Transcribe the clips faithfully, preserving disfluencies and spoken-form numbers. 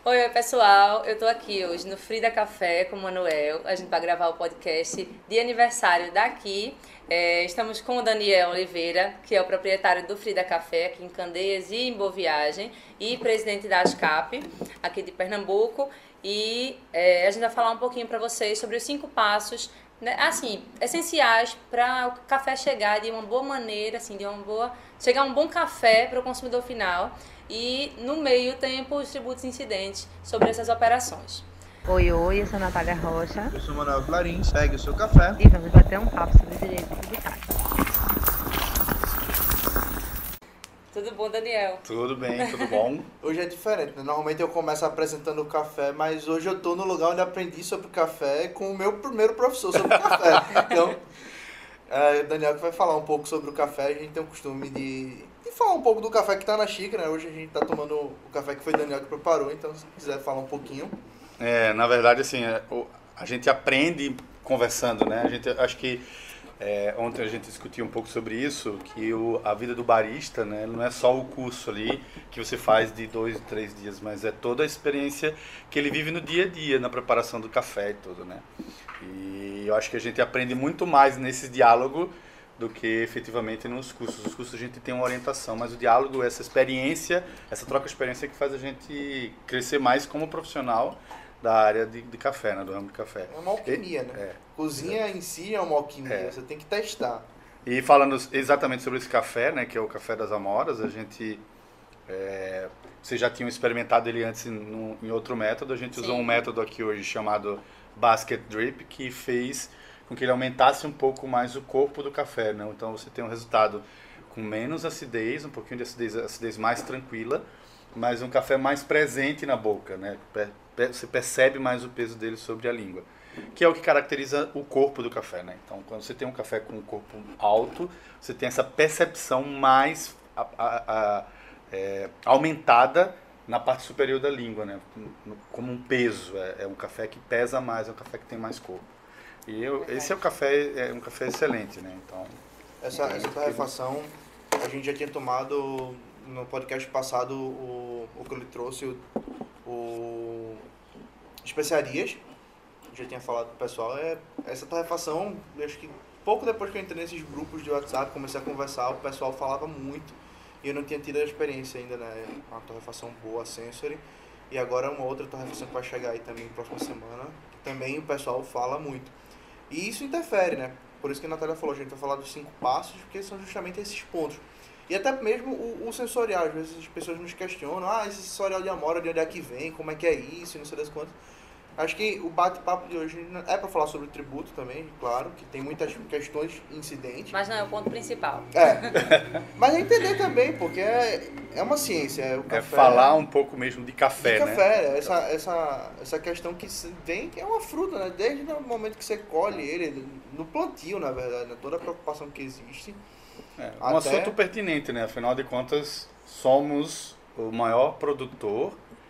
Oi, oi, pessoal. Eu tô aqui hoje no Frida Café com o Manuel. A gente vai gravar o podcast de aniversário daqui. É, estamos com o Daniel Oliveira, que é o proprietário do Frida Café aqui em Candeias e em Boa Viagem, e presidente da ASCAP aqui de Pernambuco. E é, a gente vai falar um pouquinho para vocês sobre os cinco passos, né, assim, essenciais para o café chegar de uma boa maneira, assim, de uma boa, chegar um bom café para o consumidor final. E no meio tempo os tributos incidentes sobre essas operações. Oi, oi, eu sou a Natália Rocha. Eu sou o Manuel Clarins, pegue o seu café. E vamos bater um papo sobre direito tributário. Tudo bom, Daniel? Tudo bem, tudo bom? Hoje é diferente, né? Normalmente eu começo apresentando o café, mas hoje eu tô no lugar onde aprendi sobre café com o meu primeiro professor sobre café. Então, é, o Daniel que vai falar um pouco sobre o café. A gente tem o costume de, de falar um pouco do café que tá na xícara, né? Hoje a gente tá tomando o café que foi o Daniel que preparou, então se quiser falar um pouquinho. É, na verdade, assim, a gente aprende conversando, né? A gente, acho que é, ontem a gente discutiu um pouco sobre isso, que o, a vida do barista, né, não é só o curso ali que você faz de dois, três dias, mas é toda a experiência que ele vive no dia a dia, na preparação do café e tudo, né? E eu acho que a gente aprende muito mais nesse diálogo do que efetivamente nos cursos. Os cursos a gente tem uma orientação, mas o diálogo, essa experiência, essa troca de experiência que faz a gente crescer mais como profissional da área de, de café, né, do ramo de café. É uma alquimia, né? É, Cozinha é. em si é uma alquimia, É. você tem que testar. E falando exatamente sobre esse café, né, que é o café das Amoras, a gente, é, vocês já tinham experimentado ele antes em, em outro método, a gente Sim. usou um método aqui hoje chamado Basket Drip, que fez com que ele aumentasse um pouco mais o corpo do café, né? Então você tem um resultado com menos acidez, um pouquinho de acidez, acidez mais tranquila, mas um café mais presente na boca, né? Você percebe mais o peso dele sobre a língua, que é o que caracteriza o corpo do café, né? Então, quando você tem um café com um corpo alto, você tem essa percepção mais a, a, a, é, aumentada na parte superior da língua, né? Como um peso, é, é um café que pesa mais, é um café que tem mais corpo. E eu, esse é o café, é um café excelente, né? Então, Essa, essa torrefação, a gente já tinha tomado no podcast passado o, o que ele trouxe, o, o especiarias, já tinha falado pro pessoal, é, essa torrefação, eu acho que pouco depois que eu entrei nesses grupos de WhatsApp, comecei a conversar, o pessoal falava muito, e eu não tinha tido a experiência ainda, né? Uma torrefação boa, Sensory, e agora uma outra torrefação que vai chegar aí também próxima semana, que também o pessoal fala muito. E isso interfere, né? Por isso que a Natália falou, a gente vai falar dos cinco passos, porque são justamente esses pontos. E até mesmo o, o sensorial, às vezes as pessoas nos questionam, ah, esse sensorial de Amora, de onde é que vem, como é que é isso, não sei das quantas. Acho que o bate-papo de hoje é para falar sobre o tributo também, claro, que tem muitas questões incidentes. Mas não é o ponto principal. É, mas é entender também, porque é, é uma ciência, é o café. é falar um pouco mesmo de café, de né? café, essa, essa, essa questão que vem, que é uma fruta, né? Desde o momento que você colhe ele, no plantio, na verdade, né? Toda a preocupação que existe. É, um Até- assunto pertinente, né? Afinal de contas, somos o maior produtor,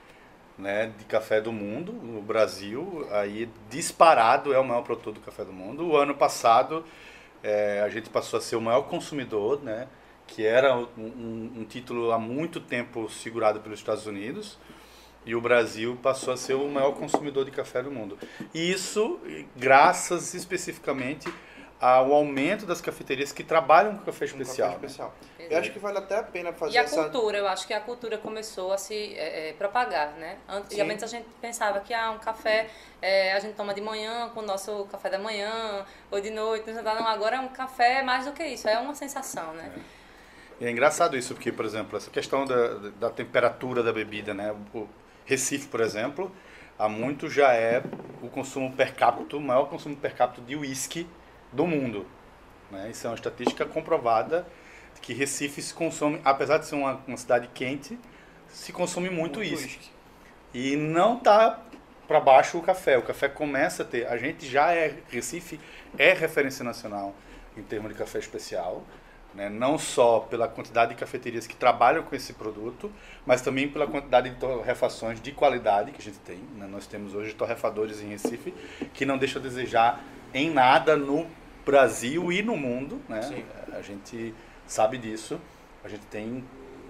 né, de café do mundo. O Brasil, aí disparado, é o maior produtor do café do mundo. O ano passado, é, a gente passou a ser o maior consumidor, né, que era um, um, um título há muito tempo segurado pelos Estados Unidos. E o Brasil passou a ser o maior consumidor de café do mundo. E isso graças especificamente ao aumento das cafeterias que trabalham com café Um café especial. né? especial. Eu acho que vale até a pena fazer E a essa... cultura, eu acho que a cultura começou a se é, é, propagar, né? Antigamente a gente pensava que ah, um café é, a gente toma de manhã com o nosso café da manhã, ou de noite, não, não, agora é um café mais do que isso, é uma sensação, né? E é engraçado isso, porque, por exemplo, essa questão da, da temperatura da bebida, né? O Recife, por exemplo, há muito já é o consumo per capita, o maior consumo per capita de uísque do mundo. Né? Isso é uma estatística comprovada de que Recife se consome, apesar de ser uma, uma cidade quente, se consome muito uísque. E não está para baixo o café. O café começa a ter. A gente já é. Recife é referência nacional em termos de café especial. Né? Não só pela quantidade de cafeterias que trabalham com esse produto, mas também pela quantidade de torrefações de qualidade que a gente tem. Né? Nós temos hoje torrefadores em Recife que não deixam a desejar em nada no Brasil e no mundo. Né? Sim. A gente sabe disso. A gente tem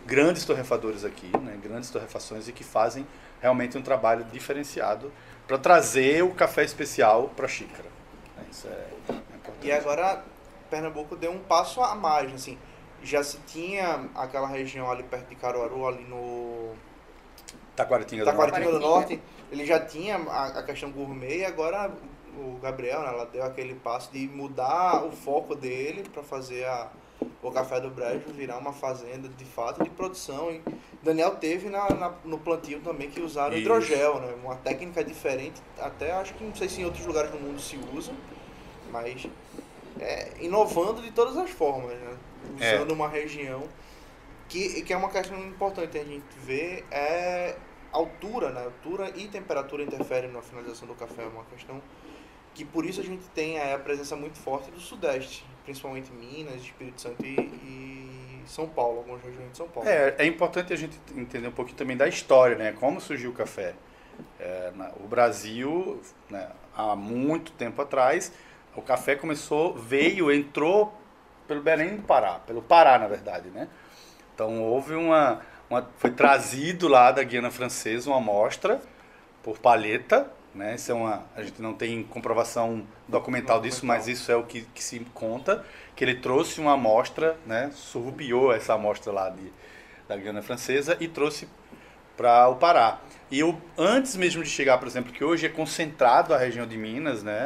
grandes torrefadores aqui, né, grandes torrefações, e que fazem realmente um trabalho diferenciado para trazer o café especial para a xícara. Isso é importante. E agora Pernambuco deu um passo a mais, assim, já se tinha aquela região ali perto de Caruaru, ali no Taquaritinga do Taquaritinga do Norte. Norte, ele já tinha a, a questão gourmet, e agora o Gabriel, né, ela deu aquele passo de mudar o foco dele para fazer a, o Café do Brejo virar uma fazenda de fato de produção. E Daniel teve na, na, no plantio também que usaram Isso. hidrogel, né, uma técnica diferente, até acho que não sei se em outros lugares do mundo se usa, mas é, inovando de todas as formas, né, usando É. uma região que, que é uma questão importante a gente ver, é altura, né, altura e temperatura interferem na finalização do café, é uma questão que por isso a gente tem a presença muito forte do Sudeste, principalmente Minas, Espírito Santo e, e São Paulo, algumas regiões de São Paulo. É, é importante a gente entender um pouquinho também da história, né? Como surgiu o café. É, na, o Brasil, né, há muito tempo atrás, o café começou, veio, entrou pelo Belém do Pará, pelo Pará, na verdade, né? Então houve uma, uma foi trazido lá da Guiana Francesa uma amostra por palheta, né? Isso é uma, a gente não tem comprovação documental disso, mas isso é o que, que se conta, que ele trouxe uma amostra, né? Surrupiou essa amostra lá de, da Guiana Francesa e trouxe para o Pará. E eu, antes mesmo de chegar, por exemplo, que hoje é concentrado a região de Minas, né?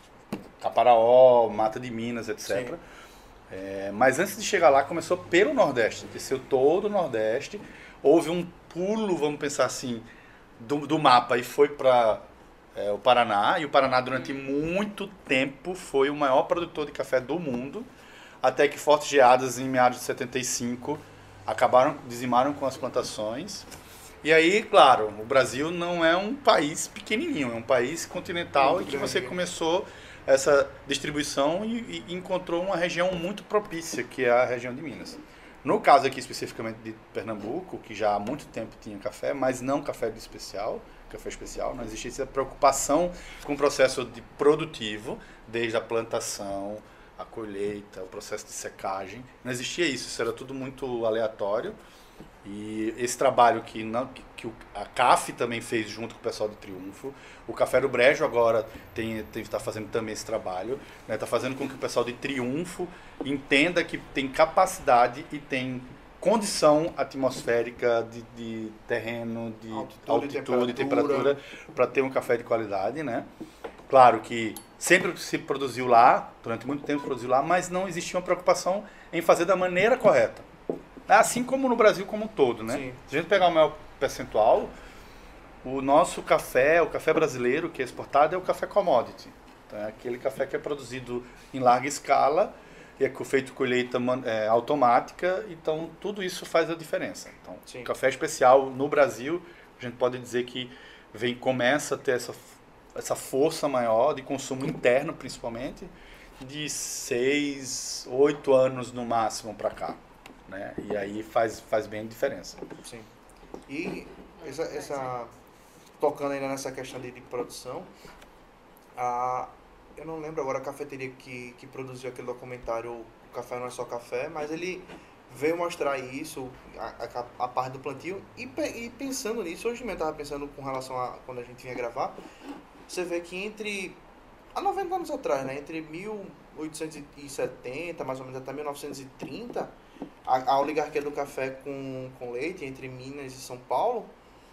Caparaó, Mata de Minas, etcétera. É, mas antes de chegar lá, começou pelo Nordeste, desceu todo o Nordeste, houve um pulo, vamos pensar assim, do, do mapa e foi para é, o Paraná, e o Paraná durante muito tempo foi o maior produtor de café do mundo, até que fortes geadas em meados de setenta e cinco acabaram, dizimaram com as plantações. E aí, claro, o Brasil não é um país pequenininho, é um país continental muito em que grande. Você começou essa distribuição e, e encontrou uma região muito propícia, que é a região de Minas. No caso aqui especificamente de Pernambuco, que já há muito tempo tinha café, mas não café de especial, café especial, não existia essa preocupação com o processo de produtivo, desde a plantação, a colheita, o processo de secagem. Não existia isso, isso era tudo muito aleatório. E esse trabalho que, não, que, que a C A F também fez junto com o pessoal do Triunfo, o Café do Brejo agora está fazendo também esse trabalho, está, né, fazendo com que o pessoal de Triunfo entenda que tem capacidade e tem condição atmosférica de, de terreno, de altitude, altitude temperatura, para ter um café de qualidade, né? Claro que sempre se produziu lá, durante muito tempo se produziu lá, mas não existia uma preocupação em fazer da maneira correta. Assim como no Brasil como um todo, né? Sim. Se a gente pegar o maior percentual, o nosso café, o café brasileiro que é exportado é o café commodity. Então, é aquele café que é produzido em larga escala e é feito colheita é, automática, então tudo isso faz a diferença. Então, Sim. o café especial no Brasil, a gente pode dizer que vem, começa a ter essa, essa força maior de consumo interno, principalmente, de seis, oito anos no máximo para cá. Né? E aí faz, faz bem a diferença. Sim. E essa, essa, tocando ainda nessa questão de, de produção, a, eu não lembro agora a cafeteria que, que produziu aquele documentário O Café Não É Só Café, mas ele veio mostrar isso, a, a, a parte do plantio, e, e pensando nisso, hoje mesmo eu estava pensando com relação a quando a gente vinha gravar, você vê que entre, há noventa anos atrás, né, entre mil oitocentos e setenta, mais ou menos até mil novecentos e trinta, A, a oligarquia do café com, com leite entre Minas e São Paulo,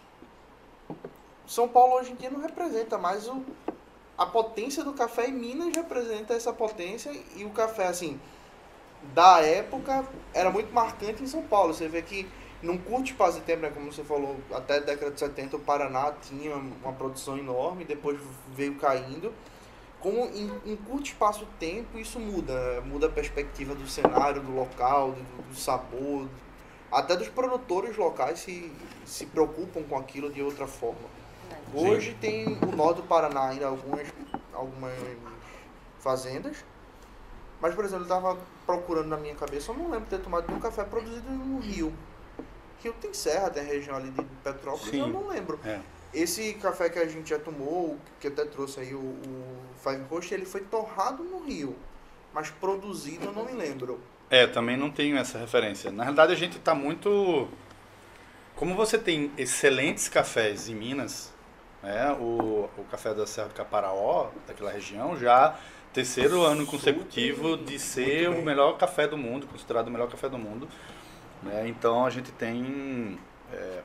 São Paulo hoje em dia não representa mais o, a potência do café, e Minas representa essa potência, e o café, assim, da época, era muito marcante em São Paulo. Você vê que num curto espaço de tempo, né, como você falou, até a década de setenta o Paraná tinha uma produção enorme, depois veio caindo. Como em um curto espaço de tempo isso muda, muda a perspectiva do cenário, do local, do, do sabor, até dos produtores locais se, se preocupam com aquilo de outra forma. Hoje Sim. tem o norte do Paraná ainda algumas, algumas fazendas, mas, por exemplo, eu estava procurando na minha cabeça, eu não lembro de ter tomado nenhum café produzido no Rio. Rio tem serra, tem a região ali de Petrópolis, Sim. eu não lembro. É. Esse café que a gente já tomou, que até trouxe aí o, o Five Roast, ele foi torrado no Rio, mas produzido eu não me lembro. É, também não tenho essa referência. Na realidade, a gente está muito... Como você tem excelentes cafés em Minas, né, o, o café da Serra do Caparaó, daquela região, já terceiro ano consecutivo de ser o melhor café do mundo, considerado o melhor café do mundo. Né? Então, a gente tem é,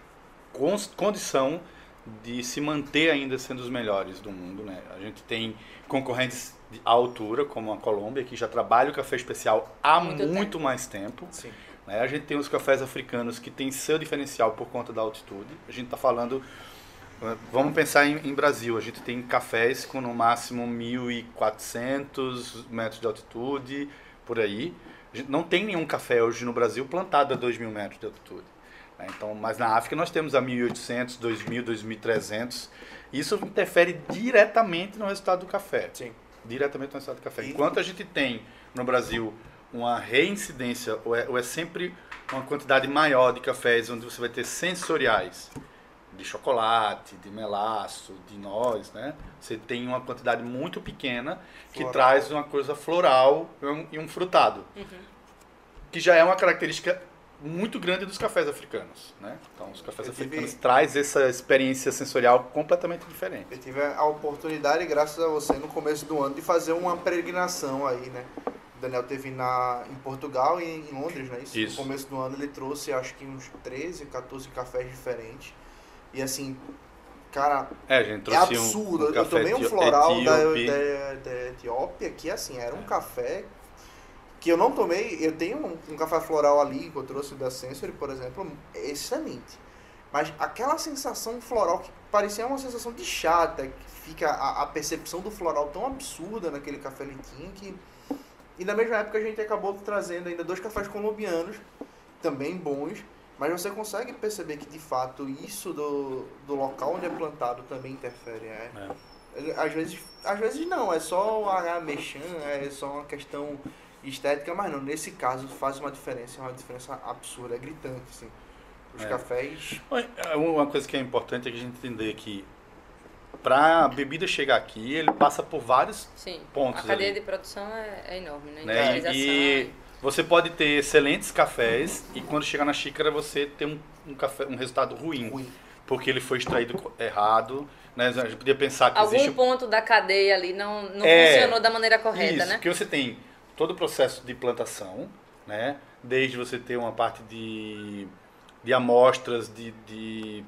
condição de se manter ainda sendo os melhores do mundo. Né? A gente tem concorrentes à altura, como a Colômbia, que já trabalha o café especial há muito, muito tempo. mais tempo. Sim. Né? A gente tem os cafés africanos que têm seu diferencial por conta da altitude. A gente está falando, vamos pensar em, em Brasil, a gente tem cafés com no máximo mil e quatrocentos metros de altitude, por aí. A gente não tem nenhum café hoje no Brasil plantado a dois mil metros de altitude. Né? Então, mas na África nós temos a mil e oitocentos, dois mil, dois mil e trezentos. Isso interfere diretamente no resultado do café. Sim. Diretamente no resultado do café. Enquanto a gente tem no Brasil uma reincidência, ou é, ou é sempre uma quantidade maior de cafés onde você vai ter sensoriais, de chocolate, de melaço, de noz, né? Você tem uma quantidade muito pequena que floral. Traz uma coisa floral e um, e um frutado. Uhum. Que já é uma característica muito grande dos cafés africanos, né? Então, os cafés eu africanos tive... traz essa experiência sensorial completamente diferente. Eu tive a oportunidade, graças a você, no começo do ano, de fazer uma peregrinação aí, né? O Daniel teve na, em Portugal e em Londres, né? Isso. Isso. No começo do ano ele trouxe, acho que uns treze, quatorze cafés diferentes. E assim, cara, é, a gente é absurdo. Um, um eu tomei um floral da, etíope. da, da Etiópia, que assim, era um é. café... que eu não tomei, eu tenho um, um café floral ali, que eu trouxe da Sensory, por exemplo, excelente. Mas aquela sensação floral que parecia uma sensação de chata, que fica a, a percepção do floral tão absurda naquele café litinho que... E na mesma época a gente acabou trazendo ainda dois cafés colombianos, também bons, mas você consegue perceber que de fato isso do, do local onde é plantado também interfere. É. É. Às vezes, às vezes não, é só a mexã, é só uma questão... estética, mas não, nesse caso faz uma diferença, é uma diferença absurda, é gritante, assim. Os é. cafés... Uma coisa que é importante é que a gente entender que para a bebida chegar aqui, ele passa por vários Sim, pontos. A cadeia ali. de produção é, é enorme, né? né? E você pode ter excelentes cafés e quando chegar na xícara você tem um, um, café, um resultado ruim, ruim, porque ele foi extraído errado. Né? A gente podia pensar que algum existe... ponto da cadeia ali não, não é, funcionou da maneira correta, isso, né? Porque você tem todo o processo de plantação, né? Desde você ter uma parte de, de amostras, de, de,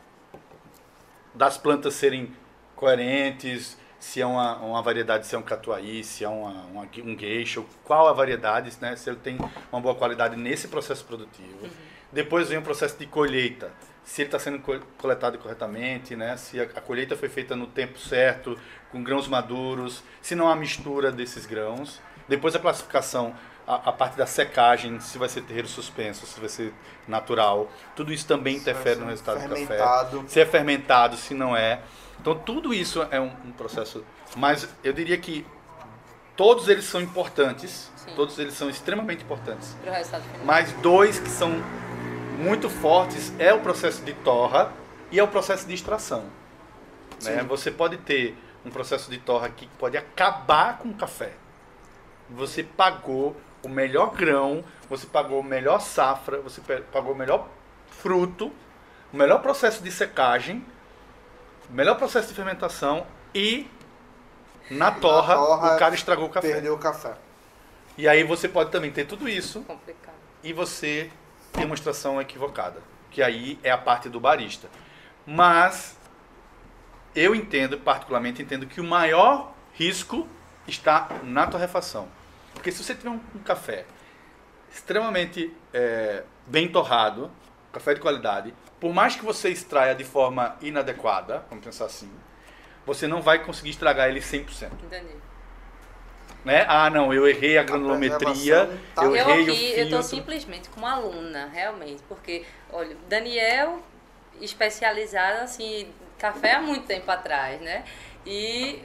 das plantas serem coerentes, se é uma, uma variedade, se é um catuaí, se é uma, uma, um geisha, qual a variedade, né? Se ele tem uma boa qualidade nesse processo produtivo. Uhum. Depois vem o processo de colheita, se ele está sendo coletado corretamente, né? Se a, a colheita foi feita no tempo certo, com grãos maduros, se não há mistura desses grãos. Depois a classificação, a, a parte da secagem, se vai ser terreiro suspenso, se vai ser natural. Tudo isso também se interfere no resultado do café. Se é fermentado, se não é. Então tudo isso é um, um processo... Mas eu diria que todos eles são importantes. Sim. Todos eles são extremamente importantes. Pro resultado final. Mas dois que são muito fortes é o processo de torra e é o processo de extração. Né? Você pode ter um processo de torra aqui que pode acabar com o café. Você pagou o melhor grão, você pagou a melhor safra, você pagou o melhor fruto, o melhor processo de secagem, o melhor processo de fermentação e na torra, na torra o cara estragou o café. Perdeu o café. E aí você pode também ter tudo isso complicado. E você tem uma extração equivocada, que aí é a parte do barista. Mas eu entendo, particularmente entendo que o maior risco está na torrefação. Porque se você tiver um, um café extremamente é, bem torrado, café de qualidade, por mais que você extraia de forma inadequada, vamos pensar assim, você não vai conseguir estragar ele cem por cento. Entendi. Né? Ah, não, eu errei a granulometria, tá. eu eu errei aqui, o filtro. Eu estou simplesmente como aluna, realmente, porque, olha, Daniel, especializado, assim, café há muito tempo atrás, né? E...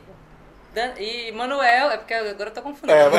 E Manuel, é porque agora eu tô confundindo. É,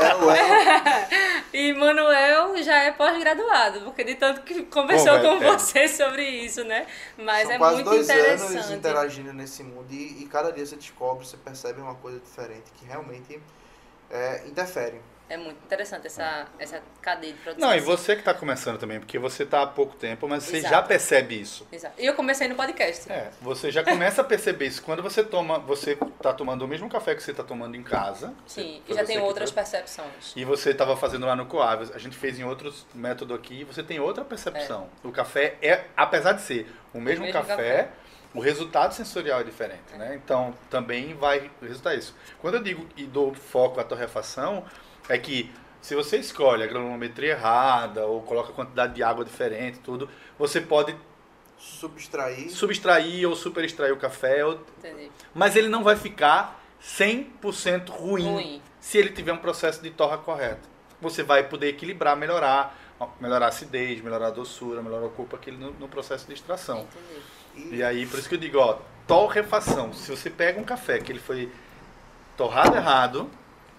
é, e Manuel já é pós-graduado, porque de tanto que conversou Bom, com é. você sobre isso, né? Mas São é quase muito dois interessante. anos interagindo nesse mundo e, e cada dia você descobre, você percebe uma coisa diferente que realmente é, interfere. É muito interessante essa, essa cadeia de produção. Não, e você que está começando também, porque você está há pouco tempo, mas você Exato. já percebe isso. Exato. E eu comecei no podcast. É, você já começa a perceber isso. Quando você toma, você está tomando o mesmo café que você está tomando em casa. Sim, você, e já você tem que outras foi, percepções. E você estava fazendo lá no Coab, a gente fez em outros métodos aqui, você tem outra percepção. É. O café é, apesar de ser o mesmo, o mesmo café, café, o resultado sensorial é diferente, é. né? Então, também vai resultar isso. Quando eu digo e dou foco à torrefação, é que se você escolhe a granulometria errada ou coloca a quantidade de água diferente, tudo, você pode subtrair, subtrair ou superextrair o café. Ou... Entendi. Mas ele não vai ficar cem por cento ruim, ruim se ele tiver um processo de torra correto. Você vai poder equilibrar, melhorar, melhorar a acidez, melhorar a doçura, melhorar o corpo aquele no, no processo de extração. Entendi. E aí, por isso que eu digo, ó, torrefação. Se você pega um café que ele foi torrado errado,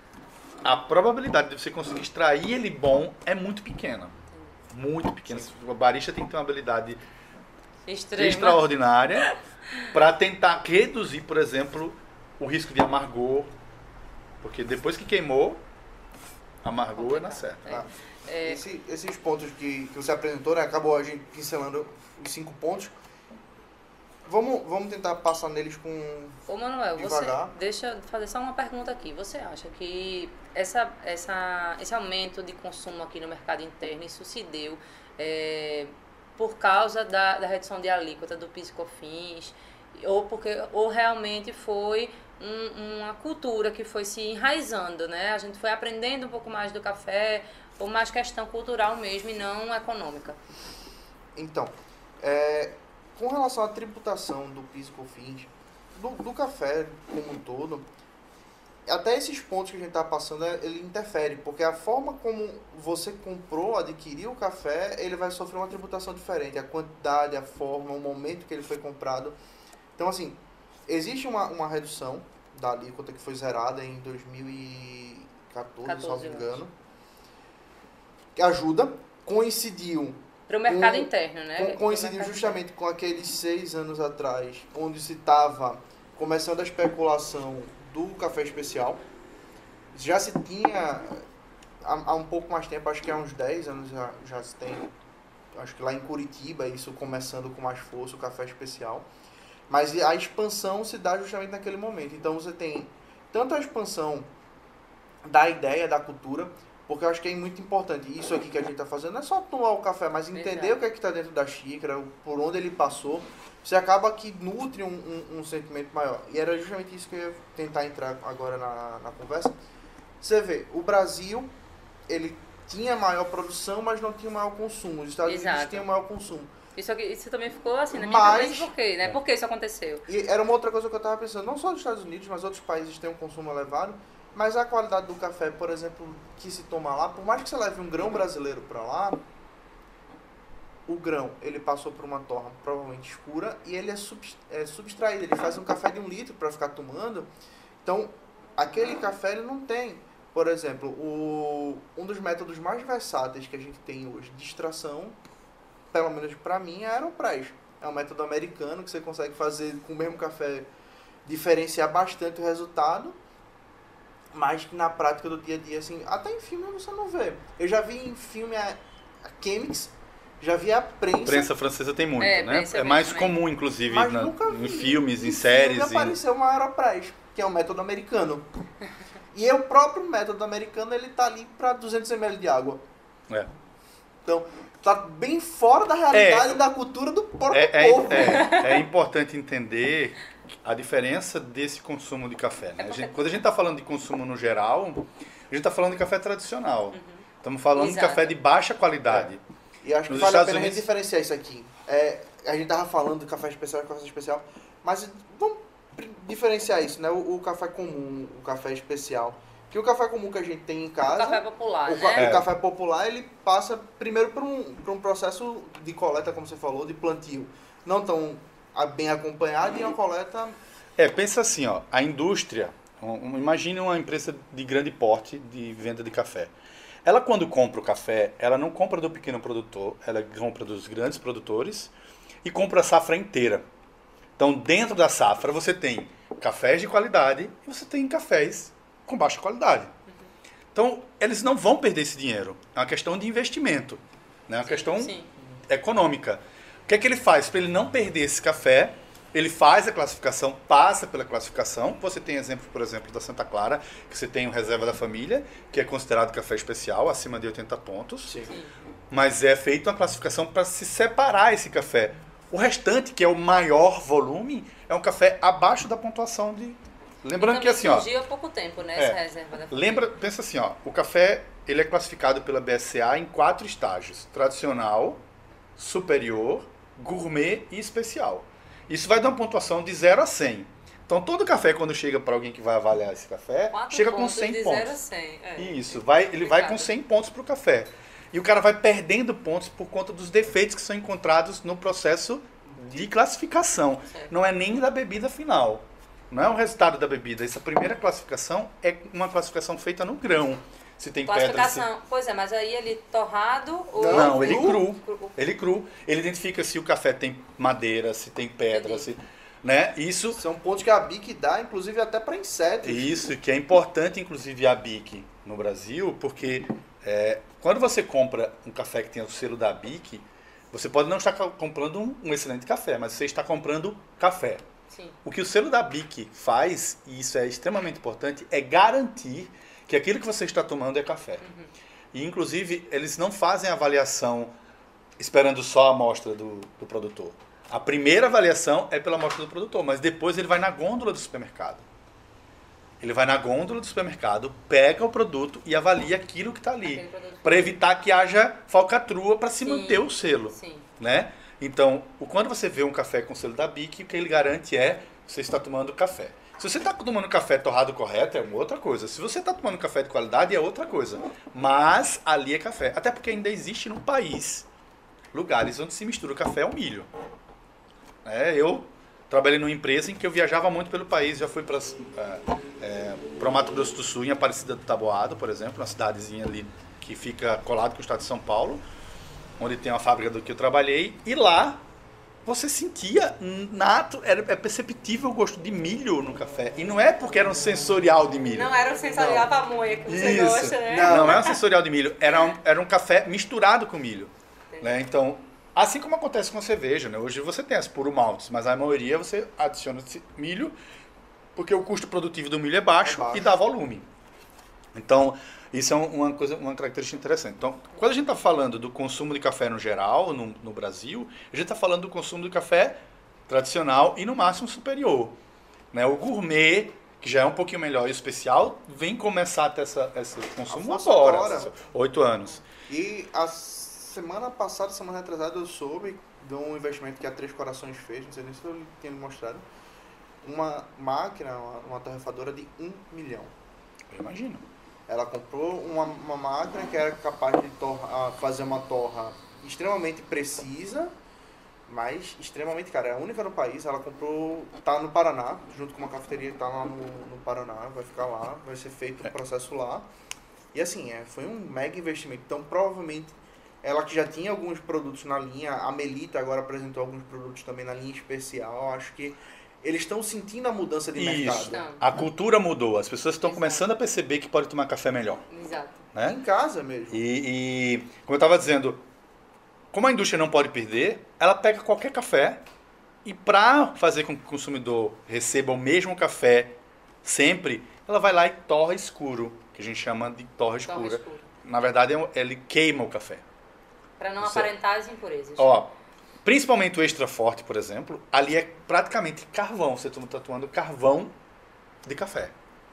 a probabilidade de você conseguir extrair ele bom é muito pequena. Muito pequena. O barista tem que ter uma habilidade Extrema. extraordinária para tentar reduzir, por exemplo, o risco de amargor. Porque depois que queimou, amargor é na certa. Ah, é... Esse, esses pontos que, que você apresentou, né, acabou a gente pincelando os cinco pontos. Vamos, vamos tentar passar neles com Ô Manuel, devagar. Você, deixa eu fazer só uma pergunta aqui. Você acha que essa, essa, esse aumento de consumo aqui no mercado interno, isso se deu é, por causa da, da redução de alíquota do PIS e COFINS, ou, porque, ou realmente foi um, uma cultura que foi se enraizando, né? A gente foi aprendendo um pouco mais do café, ou mais questão cultural mesmo e não econômica? Então, é... com relação à tributação do PIS e COFINS, do, do café como um todo, até esses pontos que a gente está passando, ele interfere, porque a forma como você comprou, adquiriu o café, ele vai sofrer uma tributação diferente, a quantidade, a forma, o momento que ele foi comprado. Então, assim, existe uma, uma redução da alíquota que foi zerada em dois mil e quatorze, se não me engano, que ajuda, coincidiu para o mercado com, interno, né? Com, coincidiu justamente interno. com aqueles seis anos atrás, onde se estava começando a especulação do café especial. Já se tinha, há, há um pouco mais tempo, acho que há uns dez anos já, já se tem, acho que lá em Curitiba, isso começando com mais força, o café especial. Mas a expansão se dá justamente naquele momento. Então você tem tanto a expansão da ideia, da cultura, porque eu acho que é muito importante. Isso aqui que a gente está fazendo não é só tomar o café, mas entender Exato. o que é que está dentro da xícara, por onde ele passou. Você acaba que nutre um, um, um sentimento maior. E era justamente isso que eu ia tentar entrar agora na, na conversa. Você vê, o Brasil, ele tinha maior produção, mas não tinha maior consumo. Os Estados Exato. Unidos tinham maior consumo. Isso, aqui, isso também ficou assim na minha mas, cabeça, por quê, né? Por que isso aconteceu? E era uma outra coisa que eu estava pensando. Não só os Estados Unidos, mas outros países têm um consumo elevado. Mas a qualidade do café, por exemplo, que se toma lá, por mais que você leve um grão brasileiro para lá, o grão, ele passou por uma torra provavelmente escura e ele é, sub, é subtraído. Ele faz um café de um litro para ficar tomando. Então, aquele café ele não tem. Por exemplo, o, um dos métodos mais versáteis que a gente tem hoje de extração, pelo menos para mim, é a Aeropress. É um método americano que você consegue fazer com o mesmo café, diferenciar bastante o resultado, mas que na prática do dia a dia, assim, até em filme você não vê. Eu já vi em filme a, a Chemix, já vi a prensa. Prensa francesa tem muito, é, né? É mais também. comum, inclusive, mas na, nunca em vi. filmes, em, em séries. Filme apareceu uma Aeropress, que é um método americano. E é o próprio método americano, ele tá ali para duzentos mililitros de água. É. Então, tá bem fora da realidade é, da cultura do próprio é, povo. É, é, é importante entender a diferença desse consumo de café. Né? É a gente, quando a gente está falando de consumo no geral, a gente está falando de café tradicional. Uhum. Estamos falando Exato. de café de baixa qualidade. É. E acho que Nos vale Estados a pena Unidos... a gente diferenciar isso aqui. É, a gente tava falando do café especial e café especial, mas vamos diferenciar isso, né? O, o café comum, o café especial. Que o café comum que a gente tem em casa... O café popular, o, né? O café popular, ele passa primeiro por um, por um processo de coleta, como você falou, de plantio. Não tão bem acompanhado e uma coleta... É, pensa assim, ó, a indústria, um, um, imagine uma empresa de grande porte de venda de café. Ela, quando compra o café, ela não compra do pequeno produtor, ela compra dos grandes produtores e compra a safra inteira. Então, dentro da safra, você tem cafés de qualidade e você tem cafés com baixa qualidade. Então, eles não vão perder esse dinheiro. É uma questão de investimento. Né? É uma Sim, questão sim. econômica. O que é que ele faz? Para ele não perder esse café, ele faz a classificação, passa pela classificação. Você tem exemplo, por exemplo, da Santa Clara, que você tem o Reserva da Família, que é considerado café especial, acima de oitenta pontos. Sim. Sim. Mas é feita uma classificação para se separar esse café. O restante, que é o maior volume, é um café abaixo da pontuação de... Lembrando E que assim, ó... surgiu há pouco tempo, né, É. essa reserva da família. Lembra, pensa assim, ó, o café ele é classificado pela B S A em quatro estágios: tradicional, superior, gourmet e especial. Isso vai dar uma pontuação de zero a cem. Então todo café, quando chega para alguém que vai avaliar esse café, Quatro chega com pontos cem de pontos. zero a cem. É. Isso, vai, ele vai com Complicado. cem pontos para o café. E o cara vai perdendo pontos por conta dos defeitos que são encontrados no processo de classificação. Certo. Não é nem da bebida final. Não é o resultado da bebida. Essa primeira classificação é uma classificação feita no grão. Se tem pedra, se... Classificação. Pois é, mas aí ele torrado ou... Não, ele cru. cru. Ele cru. Ele identifica se o café tem madeira, se tem pedra, Entendi. se... Né? Isso, São pontos que a B I C dá, inclusive até para insetos. isso que é importante, inclusive, a B I C no Brasil, porque é, quando você compra um café que tem o selo da B I C, você pode não estar co- comprando um, um excelente café, mas você está comprando café. Sim. O que o selo da B I C faz, e isso é extremamente importante, é garantir que aquilo que você está tomando é café. E, inclusive, eles não fazem avaliação esperando só a amostra do, do produtor. A primeira avaliação é pela amostra do produtor, mas depois ele vai na gôndola do supermercado. Ele vai na gôndola do supermercado, pega o produto e avalia aquilo que está ali, Aquele produto. para evitar que haja falcatrua para se Sim. manter o selo. Sim. Né? Então, o- quando você vê um café com selo da B I C, o que ele garante é você está tomando café. Se você está tomando café torrado correto, é uma outra coisa. Se você está tomando café de qualidade, é outra coisa. Mas ali é café. Até porque ainda existe no país lugares onde se mistura o café ao milho. É, eu trabalhei numa empresa em que eu viajava muito pelo país. Já fui para é, o Mato Grosso do Sul, em Aparecida do Taboado, por exemplo, uma cidadezinha ali que fica colado com o estado de São Paulo, onde tem uma fábrica do que eu trabalhei. E lá você sentia nato, era, é perceptível o gosto de milho no café. E não é porque era um sensorial de milho. Não era o sensorial pamonha que você Isso. gosta, né? Não, não é um sensorial de milho. Era um, era um café misturado com milho. Né? Então, assim como acontece com a cerveja, né? Hoje você tem as puro maltes, mas a maioria você adiciona esse milho porque o custo produtivo do milho é baixo, É baixo. e dá volume. Então, isso é uma coisa, uma característica interessante. Então, quando a gente está falando do consumo de café no geral, no, no Brasil, a gente está falando do consumo de café tradicional e no máximo superior. Né? O gourmet, que já é um pouquinho melhor, e o especial, vem começar a ter essa, esse consumo Afonso agora, agora. oito anos. E a semana passada, semana retrasada, eu soube de um investimento que a Três Corações fez, não sei nem se eu tinha lhe mostrado, uma máquina, uma, uma torrefadora de um milhão. Eu imagino. Ela comprou uma, uma máquina que era capaz de torra, fazer uma torra extremamente precisa, mas extremamente cara. É a única no país. Ela comprou, tá no Paraná, junto com uma cafeteria que tá lá no, no Paraná, vai ficar lá, vai ser feito o processo lá. E assim, é, foi um mega investimento. Então, provavelmente, ela que já tinha alguns produtos na linha, a Melita agora apresentou alguns produtos também na linha especial. Acho que eles estão sentindo a mudança de Isso. mercado. Estão. A cultura mudou. As pessoas estão Exato. começando a perceber que pode tomar café melhor. Exato. Né? Em casa mesmo. E, e, como eu estava dizendo, como a indústria não pode perder, ela pega qualquer café e para fazer com que o consumidor receba o mesmo café sempre, ela vai lá e torra escuro, que a gente chama de torra escura. Torra escura. Na verdade, é um- ele queima o café. Para não Isso. aparentar as impurezas. Ó, principalmente o extra forte, por exemplo, ali é praticamente carvão. Você está tomando carvão de café.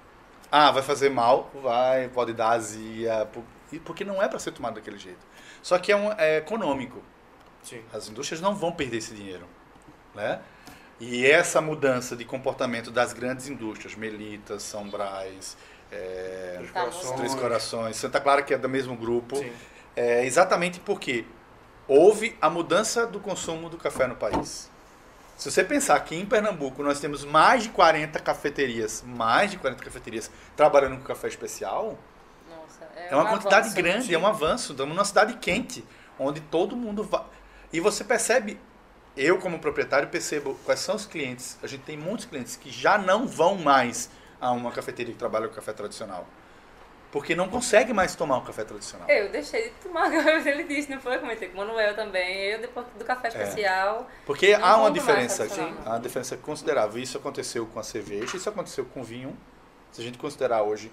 Ah, vai fazer mal? Vai, pode dar azia, por- e porque não é para ser tomado daquele jeito. Só que é, um, é econômico. Sim. As indústrias não vão perder esse dinheiro. Né? E essa mudança de comportamento das grandes indústrias, Melita, São Brás, é, Três Tá, Corações. Três Corações, Santa Clara, que é do mesmo grupo, Sim. é exatamente porque houve a mudança do consumo do café no país. Se você pensar que em Pernambuco nós temos mais de quarenta cafeterias, mais de quarenta cafeterias trabalhando com café especial, Nossa, é uma um quantidade avanço, né? grande, é um avanço. Estamos numa cidade quente, onde todo mundo vai. E você percebe, eu como proprietário percebo quais são os clientes. A gente tem muitos clientes que já não vão mais a uma cafeteria que trabalha com café tradicional. porque não consegue mais tomar um café tradicional. Eu deixei de tomar, ele disse, não foi? Eu comentei com o Manuel também. Eu, depois do café especial... É. Porque não há uma compro diferença, mais tradicional. há uma diferença considerável. Isso aconteceu com a cerveja, isso aconteceu com o vinho. Se a gente considerar hoje,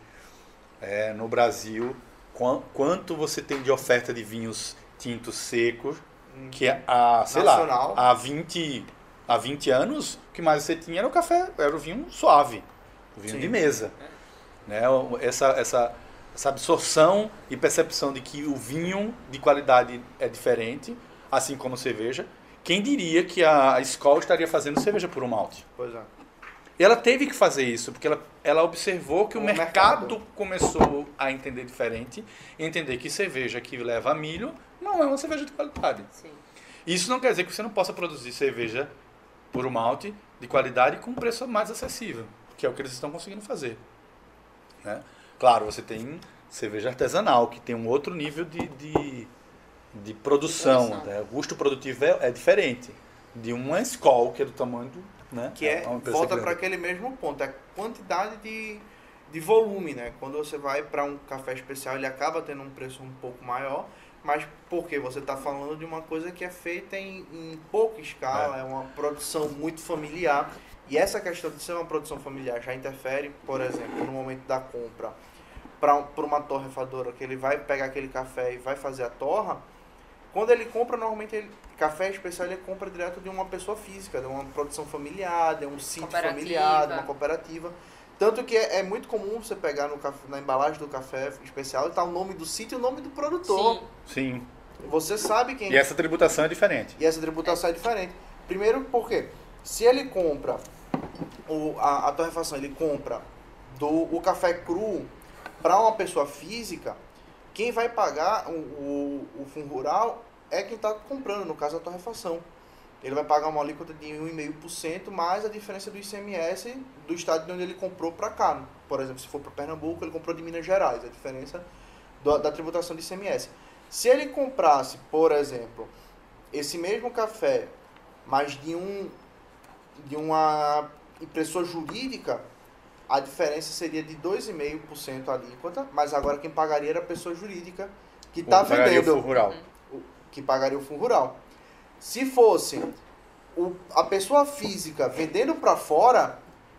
é, no Brasil, qu- quanto você tem de oferta de vinhos tintos secos, que há, sei Nacional. lá, há vinte, há vinte anos, o que mais você tinha era o café, era o vinho suave, o vinho Sim. de mesa. Né? Essa, essa, essa absorção e percepção de que o vinho de qualidade é diferente, assim como a cerveja. Quem diria que a Skol estaria fazendo cerveja por um malte? Pois é. E ela teve que fazer isso, porque ela, ela observou que o, O mercado, mercado. começou a entender diferente, e entender que cerveja que leva a milho não é uma cerveja de qualidade. Sim. Isso não quer dizer que você não possa produzir cerveja por um malte de qualidade com um preço mais acessível, que é o que eles estão conseguindo fazer. Né? Claro, você tem cerveja artesanal, que tem um outro nível de, de, de produção. produção. Né? O custo produtivo é, é diferente de uma Skol, que é do tamanho do... Né? Que é, uma empresa volta grande. para aquele mesmo ponto, a quantidade de, de volume, né? Quando você vai para um café especial, ele acaba tendo um preço um pouco maior, mas porque você está falando de uma coisa que é feita em, em pouca escala, é. é uma produção muito familiar, e essa questão de ser uma produção familiar já interfere, por exemplo, no momento da compra, para um, uma torrefadora, que ele vai pegar aquele café e vai fazer a torra. Quando ele compra, normalmente, ele, café especial ele compra direto de uma pessoa física, de uma produção familiar, de um sítio familiar, de uma cooperativa. Tanto que é, é muito comum você pegar no café, na embalagem do café especial, está o nome do sítio e o nome do produtor. Sim. Sim. Você sabe quem... E essa tributação é diferente. E essa tributação é, é diferente. Primeiro porque, se ele compra o, a, a torrefação, ele compra do, o café cru para uma pessoa física, quem vai pagar o, o, o fundo rural é quem está comprando, no caso a torrefação. Ele vai pagar uma alíquota de um vírgula cinco por cento mais a diferença do I C M S do estado de onde ele comprou para cá. Por exemplo, se for para Pernambuco, ele comprou de Minas Gerais, a diferença do, da tributação de I C M S. Se ele comprasse, por exemplo, esse mesmo café, mas de, um, de uma pessoa jurídica, a diferença seria de dois vírgula cinco por cento a alíquota, mas agora quem pagaria era a pessoa jurídica que está vendendo. O fundo rural. Que pagaria o fundo rural. Se fosse o, a pessoa física vendendo para fora,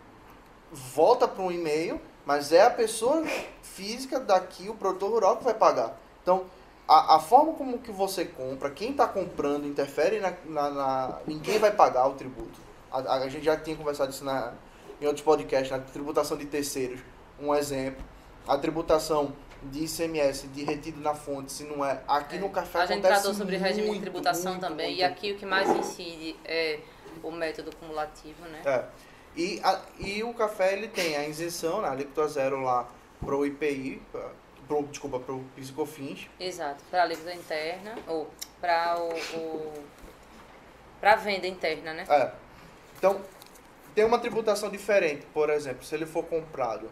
volta para um e-mail, mas é a pessoa física daqui, o produtor rural, que vai pagar. Então, a, a forma como que você compra, quem está comprando, interfere na, na, na, em quem vai pagar o tributo. A, a gente já tinha conversado isso na, em outros podcasts, na tributação de terceiros. Um exemplo, a tributação de I C M S, de retido na fonte, se não é. Aqui É. no café A gente acontece tratou sobre regime muito, de tributação muito, também, muito. e aqui o que mais incide é o método cumulativo, né? É. E, a, e o café, ele tem a isenção, né, a alíquota zero lá pro I P I, pra, pro, desculpa, pro PIS e COFINS. Exato, para a alíquota interna, ou para o, o para a venda interna, né? É. Então, tem uma tributação diferente. Por exemplo, se ele for comprado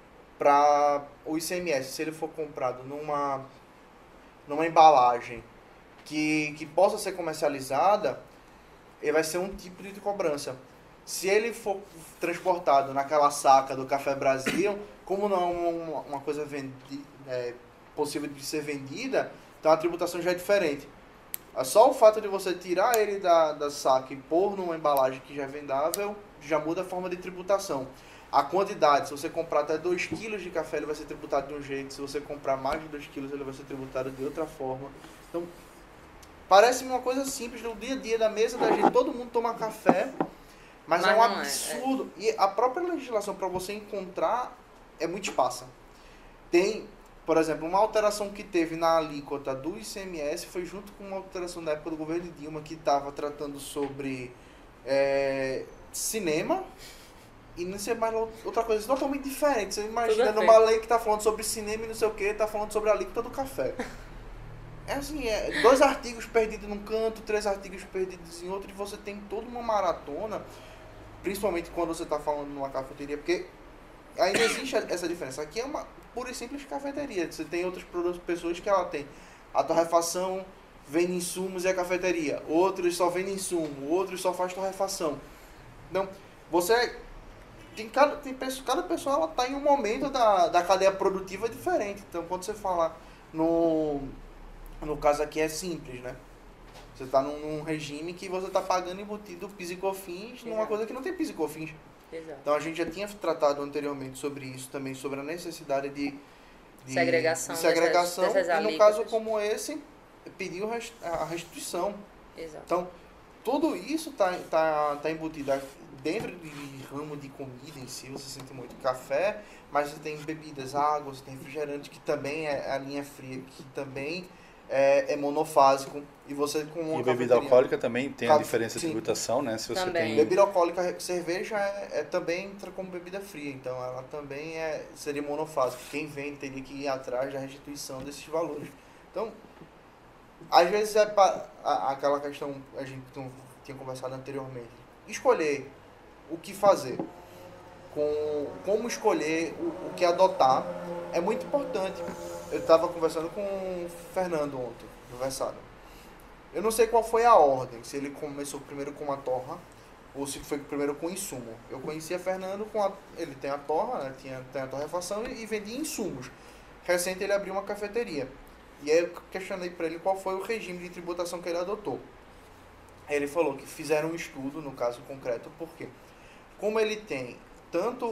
para o I C M S, se ele for comprado numa, numa embalagem que, que possa ser comercializada, ele vai ser um tipo de cobrança. Se ele for transportado naquela saca do Café Brasil, como não é uma, uma coisa vendi, é, possível de ser vendida, então a tributação já é diferente. Só o fato de você tirar ele da, da saca e pôr numa embalagem que já é vendável, já muda a forma de tributação. A quantidade, se você comprar até dois quilos de café, ele vai ser tributado de um jeito. Se você comprar mais de dois quilos, ele vai ser tributado de outra forma. Então, parece uma coisa simples no dia a dia da mesa da gente. Todo mundo toma café, mas, Mas é um não é, absurdo. É. E a própria legislação, para você encontrar, é muito esparsa. Tem, por exemplo, uma alteração que teve na alíquota do I C M S foi junto com uma alteração da época do governo de Dilma, que estava tratando sobre é, cinema. E não sei mais outra coisa totalmente diferente. Você imagina numa lei que está falando sobre cinema e não sei o que, está falando sobre a alíquota do café. É assim, é dois artigos perdidos num canto, três artigos perdidos em outro, e você tem toda uma maratona, principalmente quando você está falando numa cafeteria, porque ainda existe essa diferença. Aqui é uma pura e simples cafeteria. Você tem outras pessoas que ela tem a torrefação, vende insumos e a cafeteria. Outros só vendem insumo, outros só faz torrefação. Então, você tem cada, tem pessoa, cada pessoa ela tá em um momento da, da cadeia produtiva diferente. Então, quando você fala no, no caso aqui é simples, né? Você está num, num regime que você está pagando embutido PIS e COFINS numa coisa que não tem PIS e COFINS. Exato. Então, a gente já tinha tratado anteriormente sobre isso também, sobre a necessidade de, de segregação, de segregação dessas, dessas e no alíquotas. caso como esse, pediu rest- a restituição. Exato. Então, tudo isso está tá, tá embutido dentro de ramo de comida em si. Você sente muito café, mas você tem bebidas, água, você tem refrigerante, que também é a linha fria, que também é, é monofásico. E você com uma E bebida cafeteria- alcoólica também tem a Ca- diferença de sim. tributação, né? Se você Também. tem... Bebida alcoólica, cerveja é, é também entra como bebida fria, então ela também é, seria monofásica. Quem vende teria que ir atrás da restituição desses valores. Então, às vezes é pa, a, aquela questão a gente não tinha conversado anteriormente. Escolher o que fazer, com, como escolher o, o que adotar, é muito importante. Eu estava conversando com o Fernando ontem, conversado. Eu não sei qual foi a ordem, se ele começou primeiro com a torra ou se foi primeiro com insumo. Eu conhecia Fernando com a... Ele tem a torra, né? Tinha, tem a torrefação e, e vendia insumos. Recente ele abriu uma cafeteria. E aí eu questionei para ele qual foi o regime de tributação que ele adotou. Aí ele falou que fizeram um estudo, no caso concreto, porque como ele tem tanto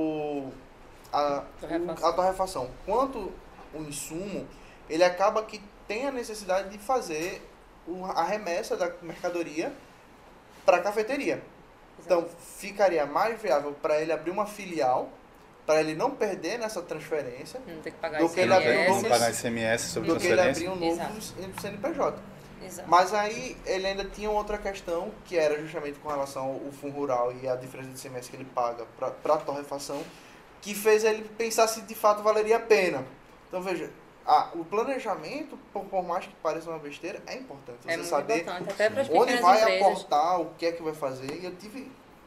o, a, Torrefação. a torrefação quanto o insumo, ele acaba que tem a necessidade de fazer o- a remessa da mercadoria para a cafeteria. Então, ficaria mais viável para ele abrir uma filial, para ele não perder nessa transferência, Não tem que pagar do que ele abriu um I C M S. novo- Não pagar I C M S sobre do que ele transferência. abrir um novo Exato. C N P J. Exato. Mas aí ele ainda tinha outra questão, que era justamente com relação ao fundo rural e a diferença de I C M S que ele paga para a torrefação, que fez ele pensar se de fato valeria a pena. Então veja, a, o planejamento, por, por mais que pareça uma besteira, é importante. Você É muito saber importante, até para as onde pequenas vai empresas. aportar, o que é que vai fazer. E eu tive.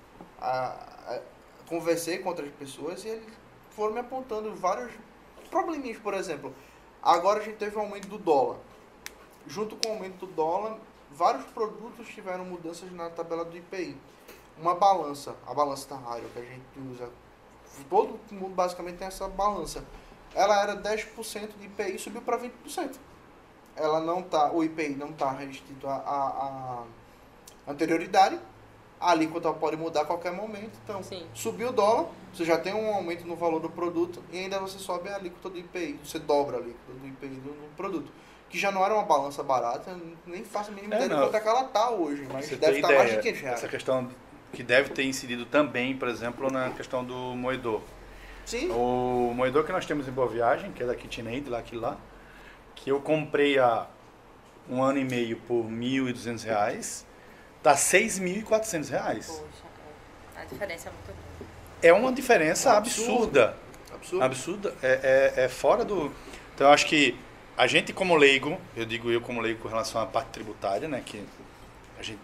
A, a, conversei com outras pessoas e eles foram me apontando vários probleminhas, por exemplo. Agora a gente teve um aumento do dólar. Junto com o aumento do dólar, vários produtos tiveram mudanças na tabela do I P I. Uma balança, a balança Tarraio que a gente usa, todo mundo basicamente tem essa balança. Ela era dez por cento de I P I, subiu para vinte por cento. Ela não tá, o I P I não está restrito à anterioridade. A alíquota pode mudar a qualquer momento. Então, Sim. subiu o dólar, você já tem um aumento no valor do produto e ainda você sobe a alíquota do I P I. Você dobra a alíquota do I P I do, do produto. Que já não era uma balança barata, eu nem faço a mínima É, ideia de não. quanto é que ela tá hoje, mas Você deve tem estar mais de ideia, quinhentos reais. essa questão que deve ter incidido também, por exemplo, na questão do moedor. Sim, O moedor que nós temos em Boa Viagem, que é da KitchenAid, lá, aquilo lá, que eu comprei há um ano e meio por mil e duzentos reais, tá seis mil e quatrocentos reais. Poxa, é. A diferença é muito grande. É uma diferença Absurdo. absurda. absurdo. Absurda. É, é, é fora do... Então, eu acho que a gente como leigo, eu digo eu como leigo com relação à parte tributária, né, que a gente,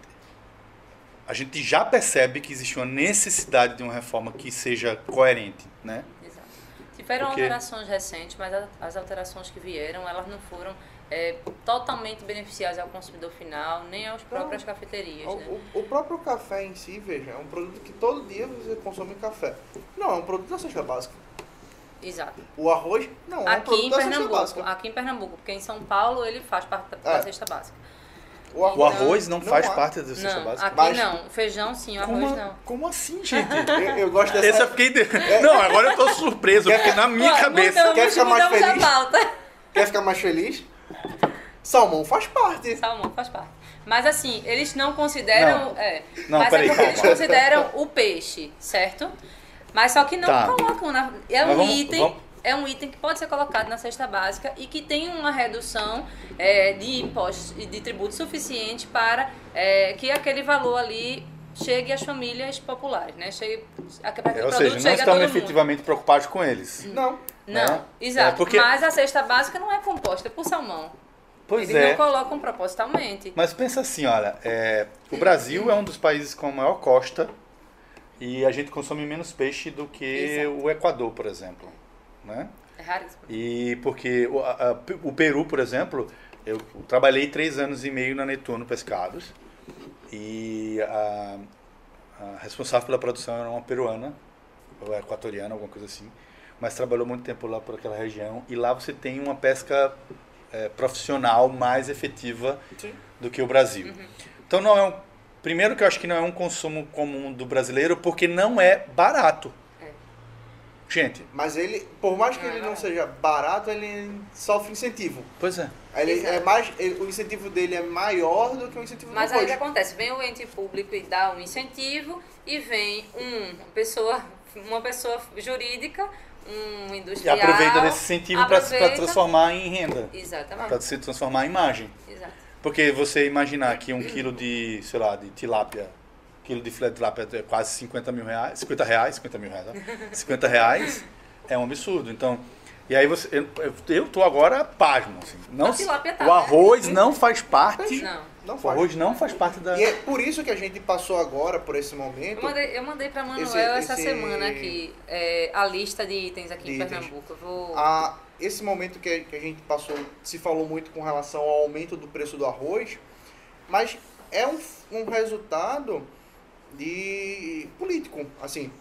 a gente já percebe que existe uma necessidade de uma reforma que seja coerente, né? Exato. Tiveram Porque- alterações recentes, mas a- as alterações que vieram, elas não foram é, totalmente beneficiosas ao consumidor final, nem às próprias cafeterias, O, né? o- o próprio café em si, veja, é um produto que todo dia você consome café. Não, é um produto da cesta básica. Exato. O arroz, não, é um Aqui produto em da cesta Pernambuco, básica. aqui em Pernambuco, porque em São Paulo ele faz parte da, da É. cesta básica. O O arroz, arroz não, não faz há- parte da cesta Não, básica? aqui Mas- não. Feijão sim, o arroz Como, não. como assim, gente? eu, eu gosto dessa... Esse eu fiquei... de- Não, agora eu tô surpreso, Quer- porque na minha Ó, cabeça... mudamos, Quer ficar mais mudamos feliz? a pauta. Quer ficar mais feliz? Salmão faz parte. Salmão faz parte. Mas assim, eles não consideram. Não. É, Não, mas peraí, é porque eles calma. consideram o peixe, certo? Mas só que não Tá. colocam. Na, é um Mas vamos- item. vamos- É um item que pode ser colocado na cesta básica e que tem uma redução é, de impostos e de tributos suficiente para é, que aquele valor ali chegue às famílias populares, né? Chegue, para que o É, ou produto seja, não chegue a estão todo mundo. efetivamente preocupados com eles. Não. Não, né? exato. É, porque- Mas a cesta básica não é composta por salmão. Pois Eles é. não colocam propositalmente. Mas pensa assim, olha, é, o Brasil é um dos países com a maior costa e a gente consome menos peixe do que Exato. o Equador, por exemplo, né? É raríssimo. E porque o, a- a- o Peru, por exemplo, eu trabalhei três anos e meio na Netuno Pescados e a, a responsável pela produção era uma peruana ou é equatoriana, alguma coisa assim, mas trabalhou muito tempo lá por aquela região, e lá você tem uma pesca é, profissional mais efetiva Sim. do que o Brasil. Uhum. Então não é um, primeiro que eu acho que não é um consumo comum do brasileiro, porque não é barato. É. Gente, Mas ele, por mais que Não, ele não não é. seja barato, ele sofre incentivo. pois é. Ele Exato. é mais, ele- o incentivo dele é maior do que o incentivo Mas do aí o que arroz. acontece? Vem o ente público e dá um incentivo e vem um, uma, pessoa, uma pessoa jurídica, um E industrial... aproveita desse incentivo para aproveita- transformar em renda, Exatamente. para se transformar em imagem. Exato. Porque você imaginar que um quilo de, sei lá, de tilápia, quilo de filé de tilápia é quase cinquenta mil reais, cinquenta reais, cinquenta mil reais, ó, cinquenta reais é um absurdo. Então, e aí você, eu, eu, eu tô agora pasmo, assim. Não, A tilápia tá, o arroz não faz parte, Não. Não o faz. arroz não faz parte da... E é por isso que a gente passou agora por esse momento. Eu mandei, eu mandei pra Manuel Esse- essa esse- semana aqui, é, a lista de itens aqui De em itens. Pernambuco. Eu vou... A, esse momento que, que a gente passou, se falou muito com relação ao aumento do preço do arroz, mas é um, um resultado de político. Assim,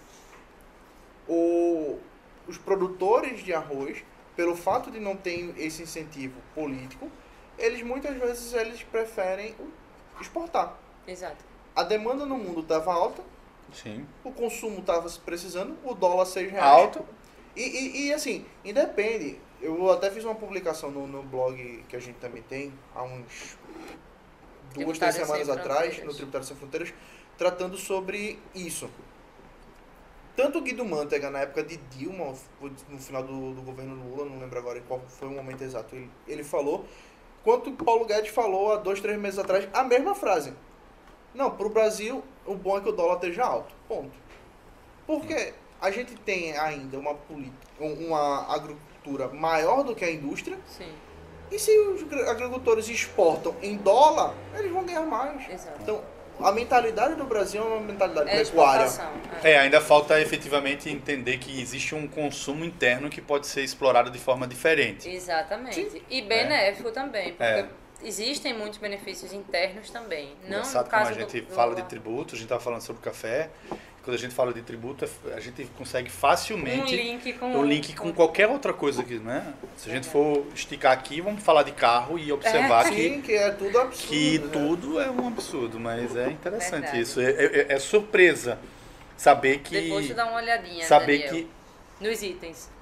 o, os produtores de arroz, pelo fato de não ter esse incentivo político, eles muitas vezes eles preferem exportar. Exato. A demanda no mundo estava alta, Sim. o consumo estava precisando, o dólar seis reais. Alto. E, e, e, assim, independe. Eu até fiz uma publicação no, no blog que a gente também tem, há uns duas, três Tributário semanas Sem atrás, Fronteiras. no Tributário Sem Fronteiras, tratando sobre isso. Tanto o Guido Mantega, na época de Dilma, no final do, do governo Lula, não lembro agora em qual foi o momento exato, ele, ele falou, quanto o Paulo Guedes falou há dois, três meses atrás, a mesma frase. Não, para o Brasil, o bom é que o dólar esteja alto. Ponto. Porque a gente tem ainda uma, política, uma agricultura maior do que a indústria, Sim, e se os agricultores exportam em dólar, eles vão ganhar mais. exato. Então, a mentalidade do Brasil é uma mentalidade É pecuária. exportação. É. É, ainda falta efetivamente entender que existe um consumo interno que pode ser explorado de forma diferente. Exatamente. Sim. E benéfico também, porque É. existem muitos benefícios internos também. Não Engraçado no como caso a gente do, fala do, de tributo, a gente estava falando sobre o café. Quando a gente fala de tributo, a gente consegue facilmente um link com o link com qualquer outra coisa aqui, né? Se a gente for esticar aqui, vamos falar de carro e observar que, Sim, que é tudo absurdo. que né? tudo é um absurdo, mas é interessante Verdade. isso. É, é- é surpresa saber que... Depois tu dá uma olhadinha, saber Daniel, que... nos itens.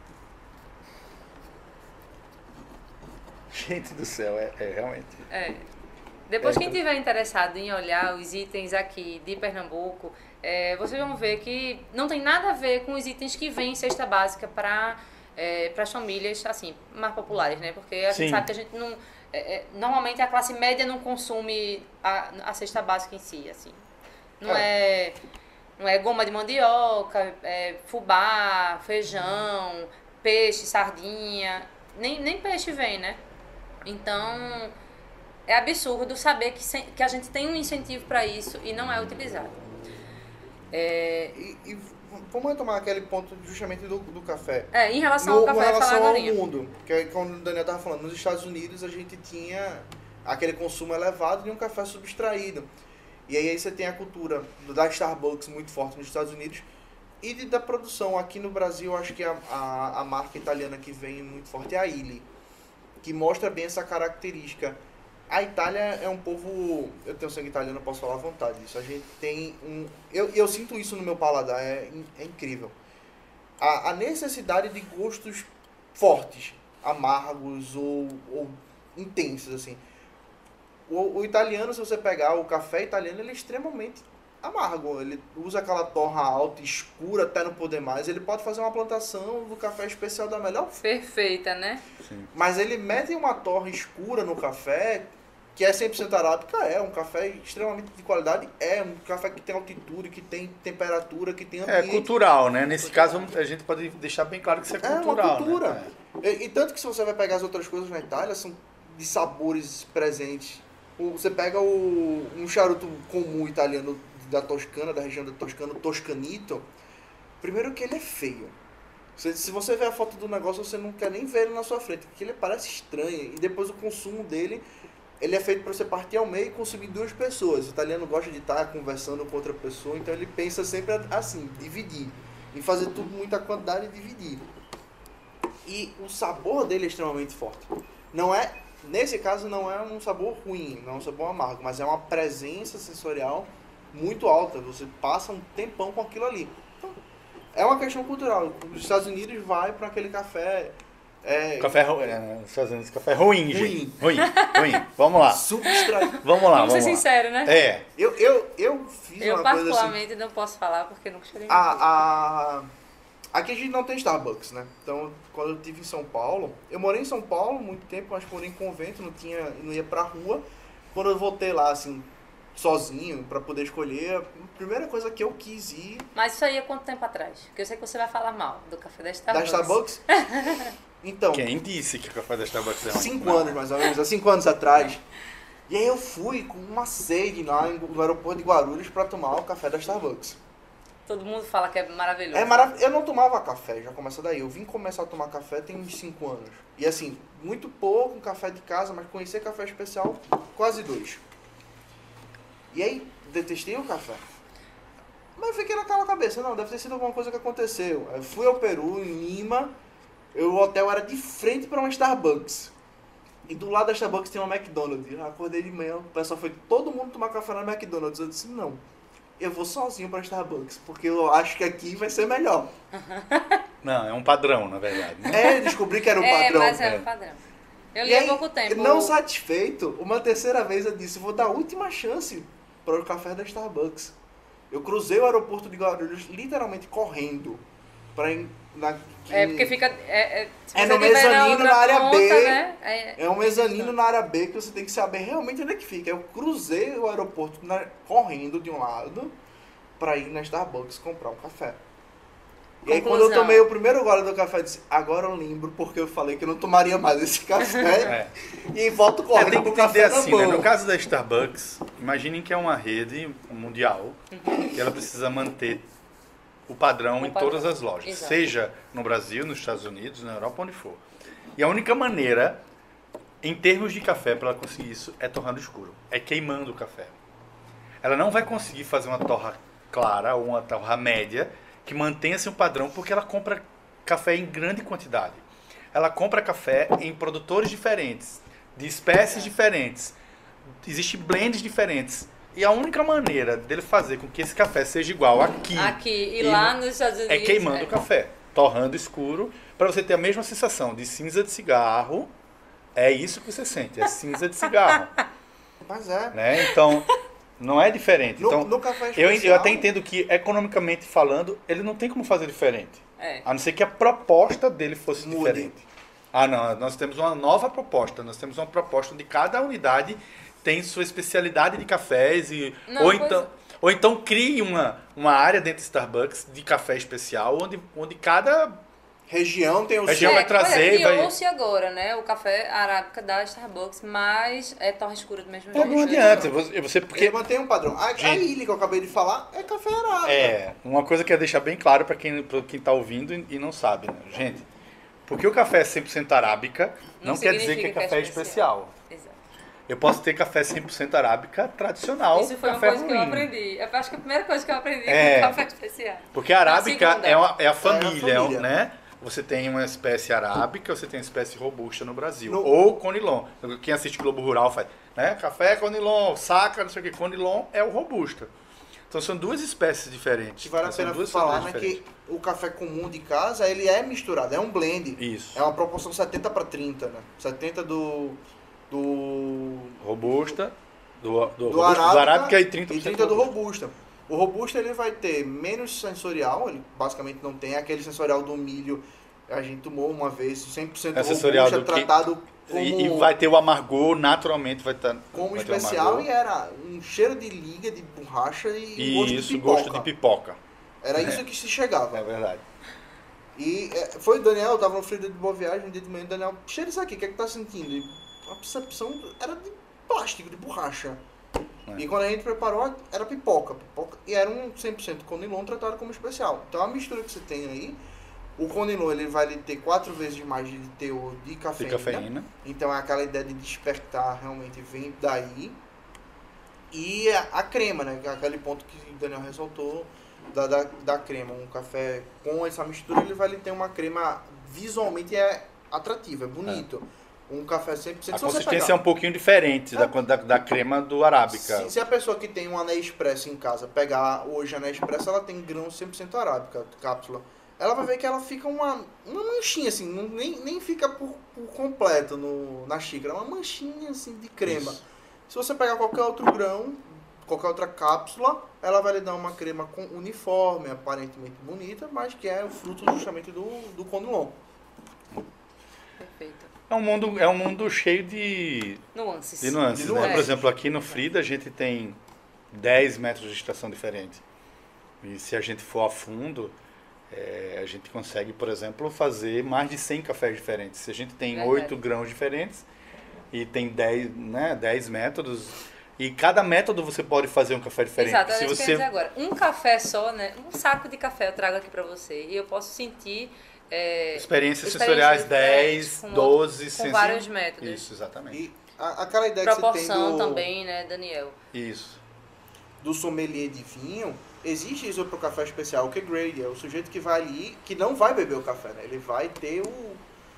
Gente do céu, é, é realmente... É. Depois, É, quem então- tiver interessado em olhar os itens aqui de Pernambuco, é, vocês vão ver que não tem nada a ver com os itens que vêm em cesta básica para é, as famílias assim, mais populares, né? Porque a Sim. gente sabe que a gente não... é, é, normalmente a classe média não consome a, a cesta básica em si, assim. Não é, não é goma de mandioca, é fubá, feijão, peixe, sardinha. Nem, nem peixe vem, né? Então... É absurdo saber que, se- que a gente tem um incentivo para isso e não é utilizado. É, E, e vamos retomar aquele ponto justamente do, do café. é, em relação No, ao com café, falar relação ao agora. mundo, que é como o Daniel estava falando, nos Estados Unidos a gente tinha aquele consumo elevado de um café subtraído. E aí você tem a cultura da Starbucks muito forte nos Estados Unidos e de, da produção. Aqui no Brasil, acho que a, a, a marca italiana que vem muito forte é a Illy, que mostra bem essa característica. A Itália é um povo... Eu tenho sangue italiano, eu posso falar à vontade disso. A gente tem um... Eu, eu sinto isso no meu paladar, é, in- é incrível. A, a necessidade de gostos fortes, amargos ou, ou intensos, assim. O, o italiano, se você pegar o café italiano, ele é extremamente amargo. Ele usa aquela torra alta, escura, até não poder mais. Ele pode fazer uma plantação do café especial da melhor forma. Perfeita, né? Mas ele mete uma torra escura no café, que é cem por cento arábica, é um café extremamente de qualidade, é um café que tem altitude, que tem temperatura, que tem É ambiente. cultural, né? Nesse caso, a gente pode deixar bem claro que isso é É uma cultural, cultura. né? E, e tanto que se você vai pegar as outras coisas na Itália, são de sabores presentes. O- Você pega o, um charuto comum italiano da Toscana, da região da Toscana, o Toscanito. Primeiro que ele é feio. Se, se você ver a foto do negócio, você não quer nem ver ele na sua frente, porque ele parece estranho. E depois o consumo dele, ele é feito para você partir ao meio e consumir duas pessoas. O italiano gosta de estar conversando com outra pessoa, então ele pensa sempre assim, dividir. em fazer tudo muita quantidade e dividir. E o sabor dele é extremamente forte. Não é, nesse caso não é um sabor ruim, não é um sabor amargo, mas é uma presença sensorial muito alta. Você passa um tempão com aquilo ali. Então, é uma questão cultural. Os Estados Unidos vai para aquele café... É, Café ruim, é, Estados Unidos, café ruim, Ruim. gente. Ruim, ruim. Vamos lá. subtraído. Vamos lá, Vamos vamos ser lá. sinceros, né? É, Eu, eu, eu fiz Eu uma coisa assim... particularmente não posso falar porque nunca experimentei. A, a... Aqui a gente não tem Starbucks, né? Então, quando eu estive em São Paulo, eu morei em São Paulo muito tempo, mas morei em convento, não, tinha, não ia pra rua. Quando eu voltei lá, assim, sozinho, pra poder escolher, a primeira coisa que eu quis ir... Mas isso aí é quanto tempo atrás? Porque eu sei que você vai falar mal do café da Starbucks. Da Starbucks? Então, quem disse que o café da Starbucks é ruim? cinco Não. anos mais ou menos, há cinco anos atrás. E aí eu fui com uma sede lá no aeroporto de Guarulhos pra tomar o café da Starbucks. Todo mundo fala que é maravilhoso. É maravilhoso. Eu não tomava café, já começa daí. Eu vim começar a tomar café tem uns cinco anos. E assim, muito pouco, um café de casa, mas conhecer café especial, quase dois. E aí, detestei o café. Mas eu fiquei naquela cabeça, não, deve ter sido alguma coisa que aconteceu. Eu fui ao Peru, em Lima, eu, o hotel era de frente para uma Starbucks. E do lado da Starbucks tem uma McDonald's. Eu acordei de manhã, o pessoal foi todo mundo tomar café na McDonald's. Eu disse, não, eu vou sozinho para Starbucks, porque eu acho que aqui vai ser melhor. Não, é um padrão, na verdade. Né? É, descobri que era o É, padrão. mas é é. um padrão. Eu E li há aí, pouco tempo. não satisfeito, uma terceira vez eu disse, vou dar a última chance para o café da Starbucks. Eu cruzei o aeroporto de Guarulhos literalmente correndo para ir na... É, porque fica... É, é, se É você no tiver mezanino outra na área ponta, B. Né? É, É um mezanino na área B que você tem que saber realmente onde é que fica. Eu cruzei o aeroporto na- correndo de um lado para ir na Starbucks comprar um café. E aí quando eu Conclusão. tomei o primeiro gole do café, eu disse, agora eu lembro porque eu falei que eu não tomaria mais esse café. É. E volto É, correndo tem que pro café entender na assim, né? mão. No caso da Starbucks, imaginem que é uma rede mundial e ela precisa manter o padrão O em padrão. todas as lojas, Exato. seja no Brasil, nos Estados Unidos, na Europa, onde for. E a única maneira, em termos de café, para ela conseguir isso, é torrando escuro, é queimando o café. Ela não vai conseguir fazer uma torra clara ou uma torra média que mantenha-se um padrão, porque ela compra café em grande quantidade. Ela compra café em produtores diferentes, de espécies diferentes. Existem blends diferentes. E a única maneira dele fazer com que esse café seja igual aqui, Aqui e, E lá no- nos Estados Unidos. é queimando o café, torrando escuro, para você ter a mesma sensação de cinza de cigarro. É isso que você sente, é cinza de cigarro. Mas é. Né? Então, não é diferente. No, Então, no café eu, especial, eu até entendo que, economicamente falando, ele não tem como fazer diferente. É. A não ser que a proposta dele fosse Mude. diferente. Ah, não, nós temos uma nova proposta. Nós temos uma proposta onde cada unidade tem sua especialidade de cafés. E, Não, ou, pois- então, ou então crie uma, uma área dentro do Starbucks de café especial, onde, onde cada... região tem o Região seu... vai trazer e e vai- criou-se agora, né? O café arábica da Starbucks, mas é torre escura do mesmo Não, jeito. não adianta. Você, você- Porque porque mantém um padrão. A, a Gente. ilha que eu acabei de falar é café arábica. É, uma coisa que eu ia deixar bem claro para quem, pra quem tá ouvindo e, e não sabe, né? Gente, porque o café é cem por cento arábica, não, Não quer dizer que é significa que é café especial. especial. Exato. Eu posso ter café cem por cento arábica tradicional, Isso foi uma café coisa que eu ruim. aprendi. Eu acho que a primeira coisa que eu aprendi É. com café especial. Porque a arábica segunda. é, uma- é a família, É a família. né? Você tem uma espécie arábica, você tem uma espécie robusta no Brasil. No- Ou conilon. Quem assiste Globo Rural faz, né? Café conilon, saca, não sei o que. Conilon é o robusta. Então são duas espécies diferentes. Que vale a São pena duas falar, né, famílias que o café comum de casa, ele é misturado, é um blend. Isso. É uma proporção setenta para trinta, né? setenta do... do... Robusta, do, do, do robusta, arábica, do arábica e trinta por e cento trinta do robusta. O robusta ele vai ter menos sensorial, ele basicamente não tem aquele sensorial do milho. A gente tomou uma vez cem por cento É sensorial robusta, do que- tratado como, E, e vai ter o amargor, naturalmente vai estar. como vai ter o especial, amargor. e era um cheiro de liga, de borracha e, E gosto isso, de pipoca. gosto de pipoca. Era isso que se chegava. É verdade. E é, foi o Daniel, eu tava no Frida de Boa Viagem, um dia de manhã, o Daniel, cheira isso aqui, o que é que tá sentindo? E a percepção era de plástico, de borracha. É. E quando a gente preparou, era pipoca, pipoca e era um cem por cento conilon tratado como especial. Então a mistura que você tem aí, o conilon ele vai ter quatro vezes mais de teor de De cafeína. cafeína. Então é aquela ideia de despertar realmente vem daí. E a, a crema, né? Que é aquele ponto que o Daniel ressaltou da, da, da crema, um café com essa mistura, ele vai ter uma crema visualmente é atrativa, é bonito. É. Um café cem por cento... A consistência é um pouquinho diferente é. da, da, da crema do Arábica. Se, se a pessoa que tem uma Nespresso em casa pegar hoje a Nespresso, ela tem grão cem por cento Arábica, cápsula. Ela vai ver que ela fica uma, uma manchinha, assim, não, nem, nem fica por, por completo no, na xícara, uma manchinha, assim, de crema. Isso. Se você pegar qualquer outro grão, qualquer outra cápsula, ela vai lhe dar uma crema com uniforme, aparentemente bonita, mas que é o fruto justamente do, do Conilon. Perfeito. É um mundo, é um mundo cheio de nuances. De nuances, de né? nuances. Por exemplo, aqui no Frida a gente tem dez métodos de extração diferentes. E se a gente for a fundo... É, a gente consegue, por exemplo, fazer mais de cem cafés diferentes. Se a gente tem oito grãos diferentes e tem dez, né, dez métodos, e cada método você pode fazer um café diferente. Exato, se é você... dizer agora. Um café só, né? Um saco de café eu trago aqui para você e eu posso sentir... É, experiências sensoriais dez, doze, com sensíveis. vários métodos. Isso, exatamente. E a, aquela ideia proporção que você tem do... também, né, Daniel? Isso. Do sommelier de vinho, existe isso para o café especial, que é grade, é o sujeito que vai ali, que não vai beber o café, né? Ele vai ter o...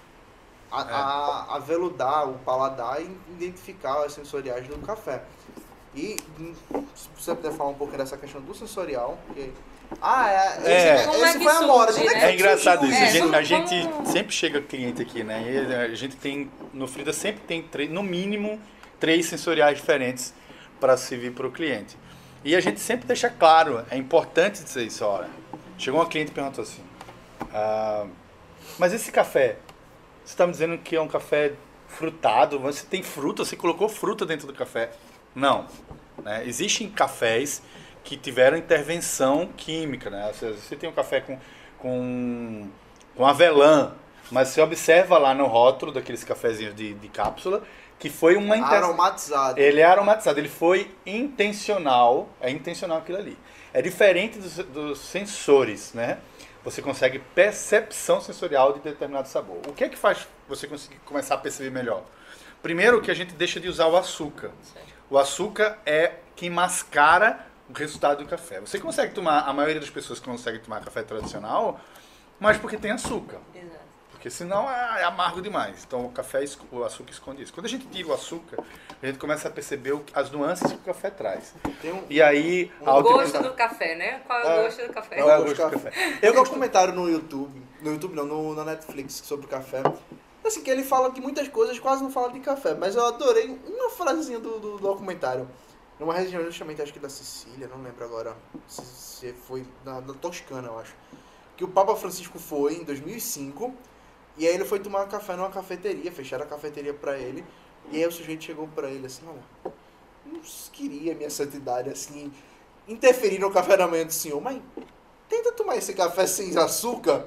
A, é. a, a veludar, o paladar e identificar as sensoriais do café. E se você puder falar um pouco dessa questão do sensorial, porque... Ah, é, é. esse, Como esse é que foi a moda. surge, Né? É engraçado isso. É, a gente, como- a gente como- sempre chega cliente aqui, né? E a gente tem, no Frida sempre tem, três, no mínimo, três sensoriais diferentes para servir para o cliente. E a gente sempre deixa claro, é importante dizer isso, olha. Chegou uma cliente e perguntou assim, ah, mas esse café, você está me dizendo que é um café frutado, você tem fruta, você colocou fruta dentro do café? Não. Né? Existem cafés que tiveram intervenção química, né? Ou seja, você tem um café com, com, com avelã, mas você observa lá no rótulo daqueles cafezinhos de, de cápsula que foi uma inter... Aromatizado. Ele é aromatizado, ele foi intencional, é intencional aquilo ali. É diferente dos, dos sensores, né? Você consegue percepção sensorial de determinado sabor. O que é que faz você conseguir começar a perceber melhor? Primeiro que a gente deixa de usar o açúcar. O açúcar é quem mascara o resultado do café. Você consegue tomar, a maioria das pessoas consegue tomar café tradicional, mas porque tem açúcar. Exato. Porque senão é amargo demais. Então o café, o açúcar esconde isso. Quando a gente tira o açúcar, a gente começa a perceber o- as nuances que o café traz. Tem um, E aí... Um a O auto- gosto do café, né? Qual é o É. gosto do café? É Qual é o o gosto gosto do do café? Eu vi um comentário no YouTube, no YouTube não, no, na Netflix sobre café. Assim, que ele fala de muitas coisas, quase não fala de café, mas eu adorei uma frasezinha do, do documentário. Numa região justamente, acho que da Sicília, não lembro agora se, se foi na, na Toscana, eu acho. Que o Papa Francisco foi em dois mil e cinco, e aí ele foi tomar café numa cafeteria, fecharam a cafeteria pra ele, e aí o sujeito chegou pra ele assim, olha, não queria minha santidade, assim, interferir no café da manhã do senhor, mas tenta tomar esse café sem açúcar.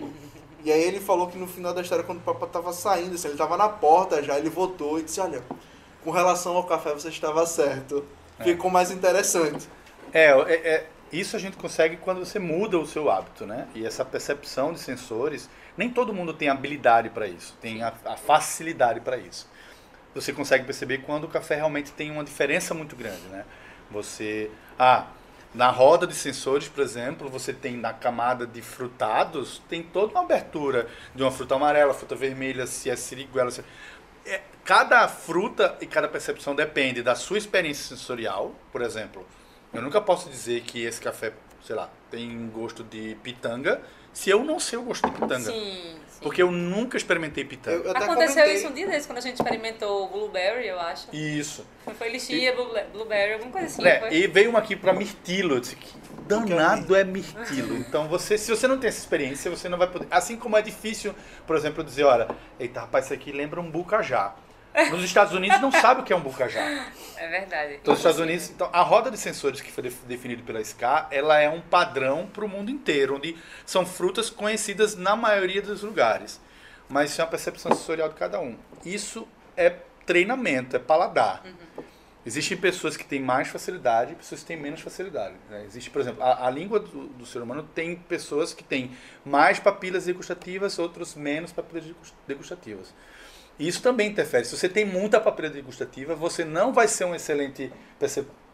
E aí ele falou que no final da história, quando o Papa tava saindo, assim, ele tava na porta já, ele voltou e disse, olha, com relação ao café você estava certo. Ficou mais interessante. É, é, é, isso a gente consegue quando você muda o seu hábito, né? E essa percepção de sensores, nem todo mundo tem habilidade para isso, tem a, a facilidade para isso. Você consegue perceber quando o café realmente tem uma diferença muito grande, né? Você, ah, na roda de sensores, por exemplo, você tem na camada de frutados, tem toda uma abertura de uma fruta amarela, fruta vermelha, se é siriguela, se é, cada fruta e cada percepção depende da sua experiência sensorial. Por exemplo, eu nunca posso dizer que esse café, sei lá, tem gosto de pitanga, se eu não sei o gosto de pitanga. Sim, sim. Porque eu nunca experimentei pitanga. Eu, eu até Aconteceu comentei, isso um dia desse, quando a gente experimentou o blueberry, eu acho. Isso. Foi lixia, blue- blueberry, alguma coisa assim. É, foi? e veio uma aqui para mirtilo. Eu disse que danado é mirtilo. Então, você, se você não tem essa experiência, você não vai poder. Assim como é difícil, por exemplo, dizer: olha, eita, rapaz, isso aqui lembra um bucajá. Nos Estados Unidos não sabe o que é um bucajá. É verdade. Então, nos Estados Unidos, então, a roda de sensores que foi def- definida pela S C A, ela é um padrão para o mundo inteiro, onde são frutas conhecidas na maioria dos lugares. Mas isso é uma percepção sensorial de cada um. Isso é treinamento, é paladar. Uhum. Existem pessoas que têm mais facilidade e pessoas que têm menos facilidade. Né? Existe, por exemplo, a, a língua do, do ser humano tem pessoas que têm mais papilas degustativas, outros menos papilas degustativas. E isso também interfere. Se você tem muita papila degustativa, você não vai ser um excelente percep-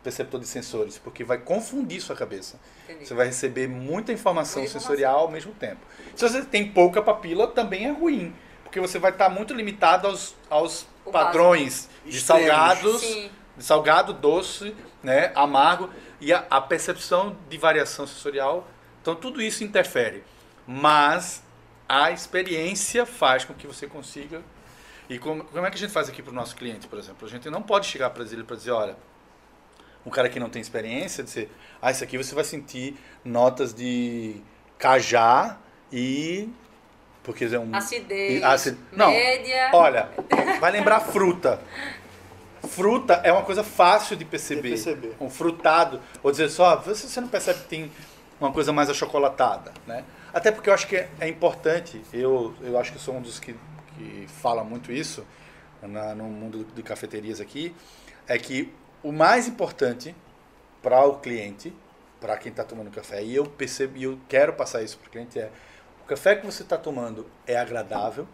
perceptor de sensores, porque vai confundir sua cabeça. Entendi. Você vai receber muita informação Muita sensorial ao mesmo tempo. Se você tem pouca papila, também é ruim, porque você vai estar muito limitado aos, aos O padrões de Extremos. salgados, Sim. de salgado, doce, né, amargo, e a, a percepção de variação sensorial. Então tudo isso interfere, mas a experiência faz com que você consiga. E como, como é que a gente faz aqui para o nosso cliente, por exemplo? A gente não pode chegar para ele para dizer, olha, um cara que não tem experiência, dizer, ah, isso aqui você vai sentir notas de cajá e... Porque é um... Acidez, acid... Não, média. olha, vai lembrar fruta. Fruta é uma coisa fácil de perceber. De perceber. Um frutado. Ou dizer só, você você não percebe que tem uma coisa mais achocolatada, né? Até porque eu acho que é, é importante, eu, eu acho que sou um dos que, que fala muito isso na, no mundo de cafeterias aqui, é que o mais importante para o cliente, para quem está tomando café, e eu percebo, e eu quero passar isso para o cliente, é o café que você está tomando é agradável,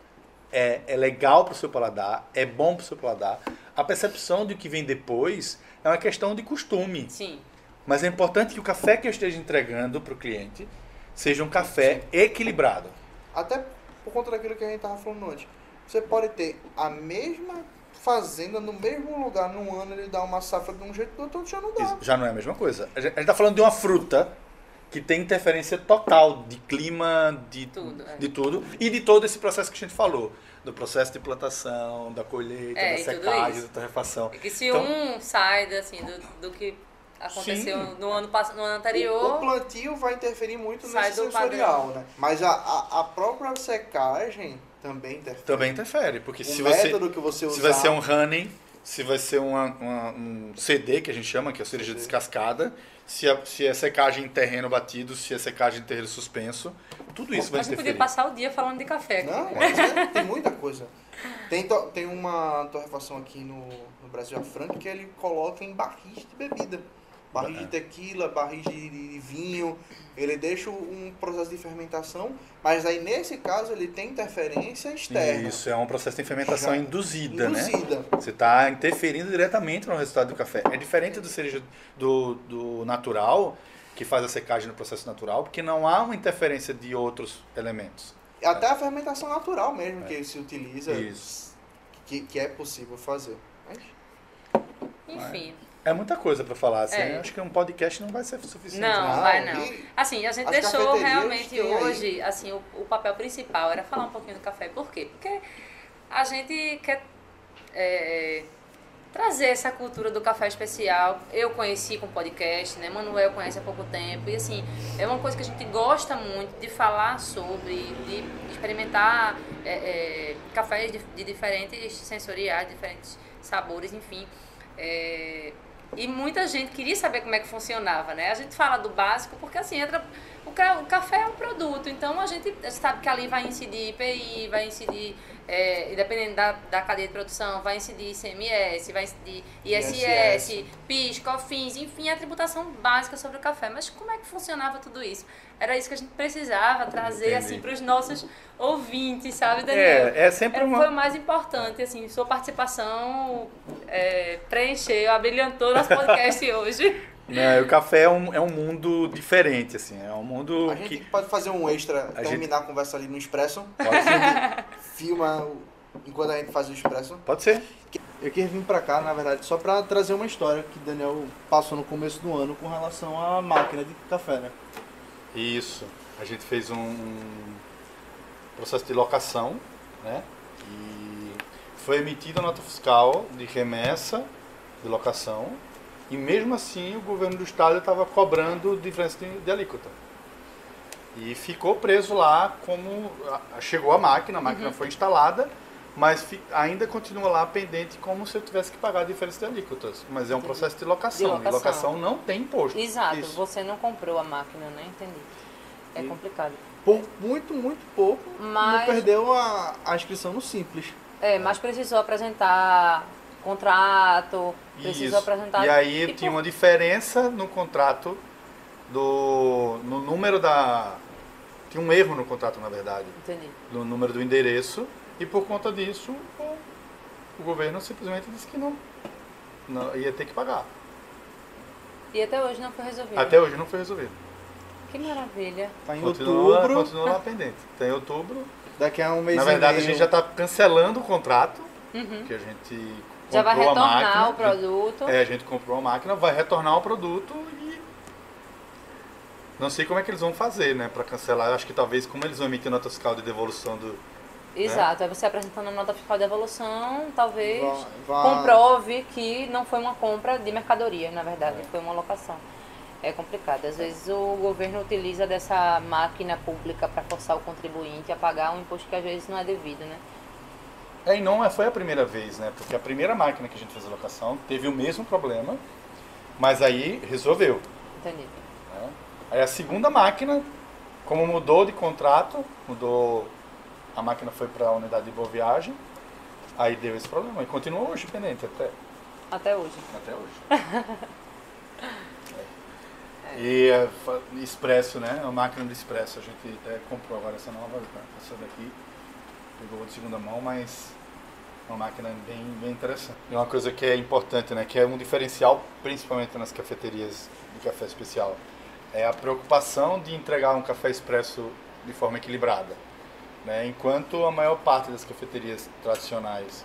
é, é legal para o seu paladar, é bom para o seu paladar. A percepção de que vem depois é uma questão de costume. Sim. Mas é importante que o café que eu esteja entregando para o cliente seja um café equilibrado. Até por conta daquilo que a gente estava falando antes. Você pode ter a mesma fazenda no mesmo lugar, num ano ele dá uma safra de um jeito, do outro já não dá. Isso já não é a mesma coisa. A gente está falando de uma fruta que tem interferência total de clima, de Tudo, é. de tudo, e de todo esse processo que a gente falou. Do processo de plantação, da colheita, É, da e tudo secagem, isso. da torrefação. É que se Então, um sai assim, do, do que aconteceu Sim. no ano, pass- no ano O, anterior, o plantio vai interferir muito Sai nesse do sensorial, padrão. né? Mas a, a, a própria secagem também interfere. também interfere, porque O se você, método que você se usar... vai ser um honey, se vai ser uma, uma- um C D, que a gente chama, que é a cereja C D. descascada, se é, se é secagem em terreno batido, se é secagem em terreno suspenso, tudo isso vai a gente podia interferir. passar o dia falando de café aqui. Não, mas é- tem muita coisa. Tem, to- tem uma torrefação aqui no, no Brasil, a Frank, que ele coloca em barris de bebida. Barris de tequila, barris de, de vinho. Ele deixa um processo de fermentação, mas aí nesse caso ele tem interferência externa. Isso, é um processo de fermentação Já- induzida, né? Induzida. Você está interferindo diretamente no resultado do café. É diferente do cereja do, do natural, que faz a secagem no processo natural, porque não há uma interferência de outros elementos. Até a fermentação natural mesmo que se utiliza, Isso. que, que é possível fazer. Mas, Enfim. É muita coisa para falar, assim, É. eu acho que um podcast não vai ser suficiente. Não, Não, vai não. e Assim, a gente as deixou cafeterias realmente têm aí- hoje, assim, o, o papel principal era falar um pouquinho do café. Por quê? Porque a gente quer é, trazer essa cultura do café especial. Eu conheci com podcast, né? Manuel conhece há pouco tempo. E assim, é uma coisa que a gente gosta muito de falar sobre, de experimentar é, é, cafés de, de diferentes sensoriais, diferentes sabores, enfim. É, e muita gente queria saber como é que funcionava, né? A gente fala do básico porque assim, entra, o, ca- o café é um produto, então a gente sabe que ali vai incidir I P I, vai incidir, é, dependendo da, da cadeia de produção, vai incidir I C M S, vai incidir I S I S S, P I S, COFINS, enfim, a tributação básica sobre o café. Mas como é que funcionava tudo isso? Era isso que a gente precisava trazer Entendi. assim para os nossos ouvintes, sabe, Daniel? É, é sempre É, uma... Foi o mais importante, assim, sua participação é, preencheu, abrilhantou nosso podcast hoje. Né, o café é um, é um mundo diferente, assim, é um mundo a gente que... pode fazer um extra, A terminar a conversa ali no Expresso, Pode ser. filma o- enquanto a gente faz o Expresso. Pode ser. Eu quis vir pra cá, na verdade, só pra trazer uma história que o Daniel passou no começo do ano com relação à máquina de café, né? Isso. A gente fez um processo de locação, né? E foi emitida a nota fiscal de remessa de locação e mesmo assim o governo do estado estava cobrando diferença de, de alíquota. E ficou preso lá como... a- chegou a máquina, a máquina foi instalada, mas fi- ainda continua lá pendente como se eu tivesse que pagar a diferença de alíquotas. Mas é um processo de locação. De locação. E locação não tem imposto. Exato, Isso. você não comprou a máquina, né? Entendi. É E- complicado. Por muito, muito pouco, Mas- não perdeu a, a inscrição no Simples. É, mas precisou apresentar contrato, precisou Isso. apresentar... E aí e tinha por- uma diferença no contrato do no número da tinha um erro no contrato, na verdade, Entendi. no número do endereço, e por conta disso o, o governo simplesmente disse que não, não ia ter que pagar. E até hoje não foi resolvido. Até hoje não foi resolvido. Que maravilha. Tá em Continua, outubro. continua lá pendente. Tá em outubro. Daqui a um mês Na e verdade, a meio. gente já está cancelando o contrato, Uhum. que a gente Já vai comprou a retornar máquina. o produto. É, a gente comprou a máquina, vai retornar o produto e não sei como é que eles vão fazer, né, para cancelar. Eu acho que talvez como eles vão emitir nota fiscal de devolução do... Exato. Aí você apresentando a nota fiscal de devolução, talvez Vai- vai- comprove que não foi uma compra de mercadoria, na verdade, foi uma locação. É complicado. Às vezes o governo utiliza dessa máquina pública para forçar o contribuinte a pagar um imposto que às vezes não é devido, né? É, e não é- foi a primeira vez, né, porque a primeira máquina que a gente fez a locação teve o mesmo problema, mas aí resolveu. Entendi. Né? Aí a segunda máquina, como mudou de contrato, mudou, a máquina foi para a unidade de boa viagem, aí deu esse problema. E continua hoje pendente até, Até hoje. até hoje. É. E é, fa- expresso, né? A máquina de expresso, a gente até comprou agora essa nova, essa daqui, pegou de segunda mão, mas uma máquina bem, bem interessante. E uma coisa que é importante, né? Que é um diferencial, principalmente nas cafeterias de café especial, é a preocupação de entregar um café expresso de forma equilibrada. Né? Enquanto a maior parte das cafeterias tradicionais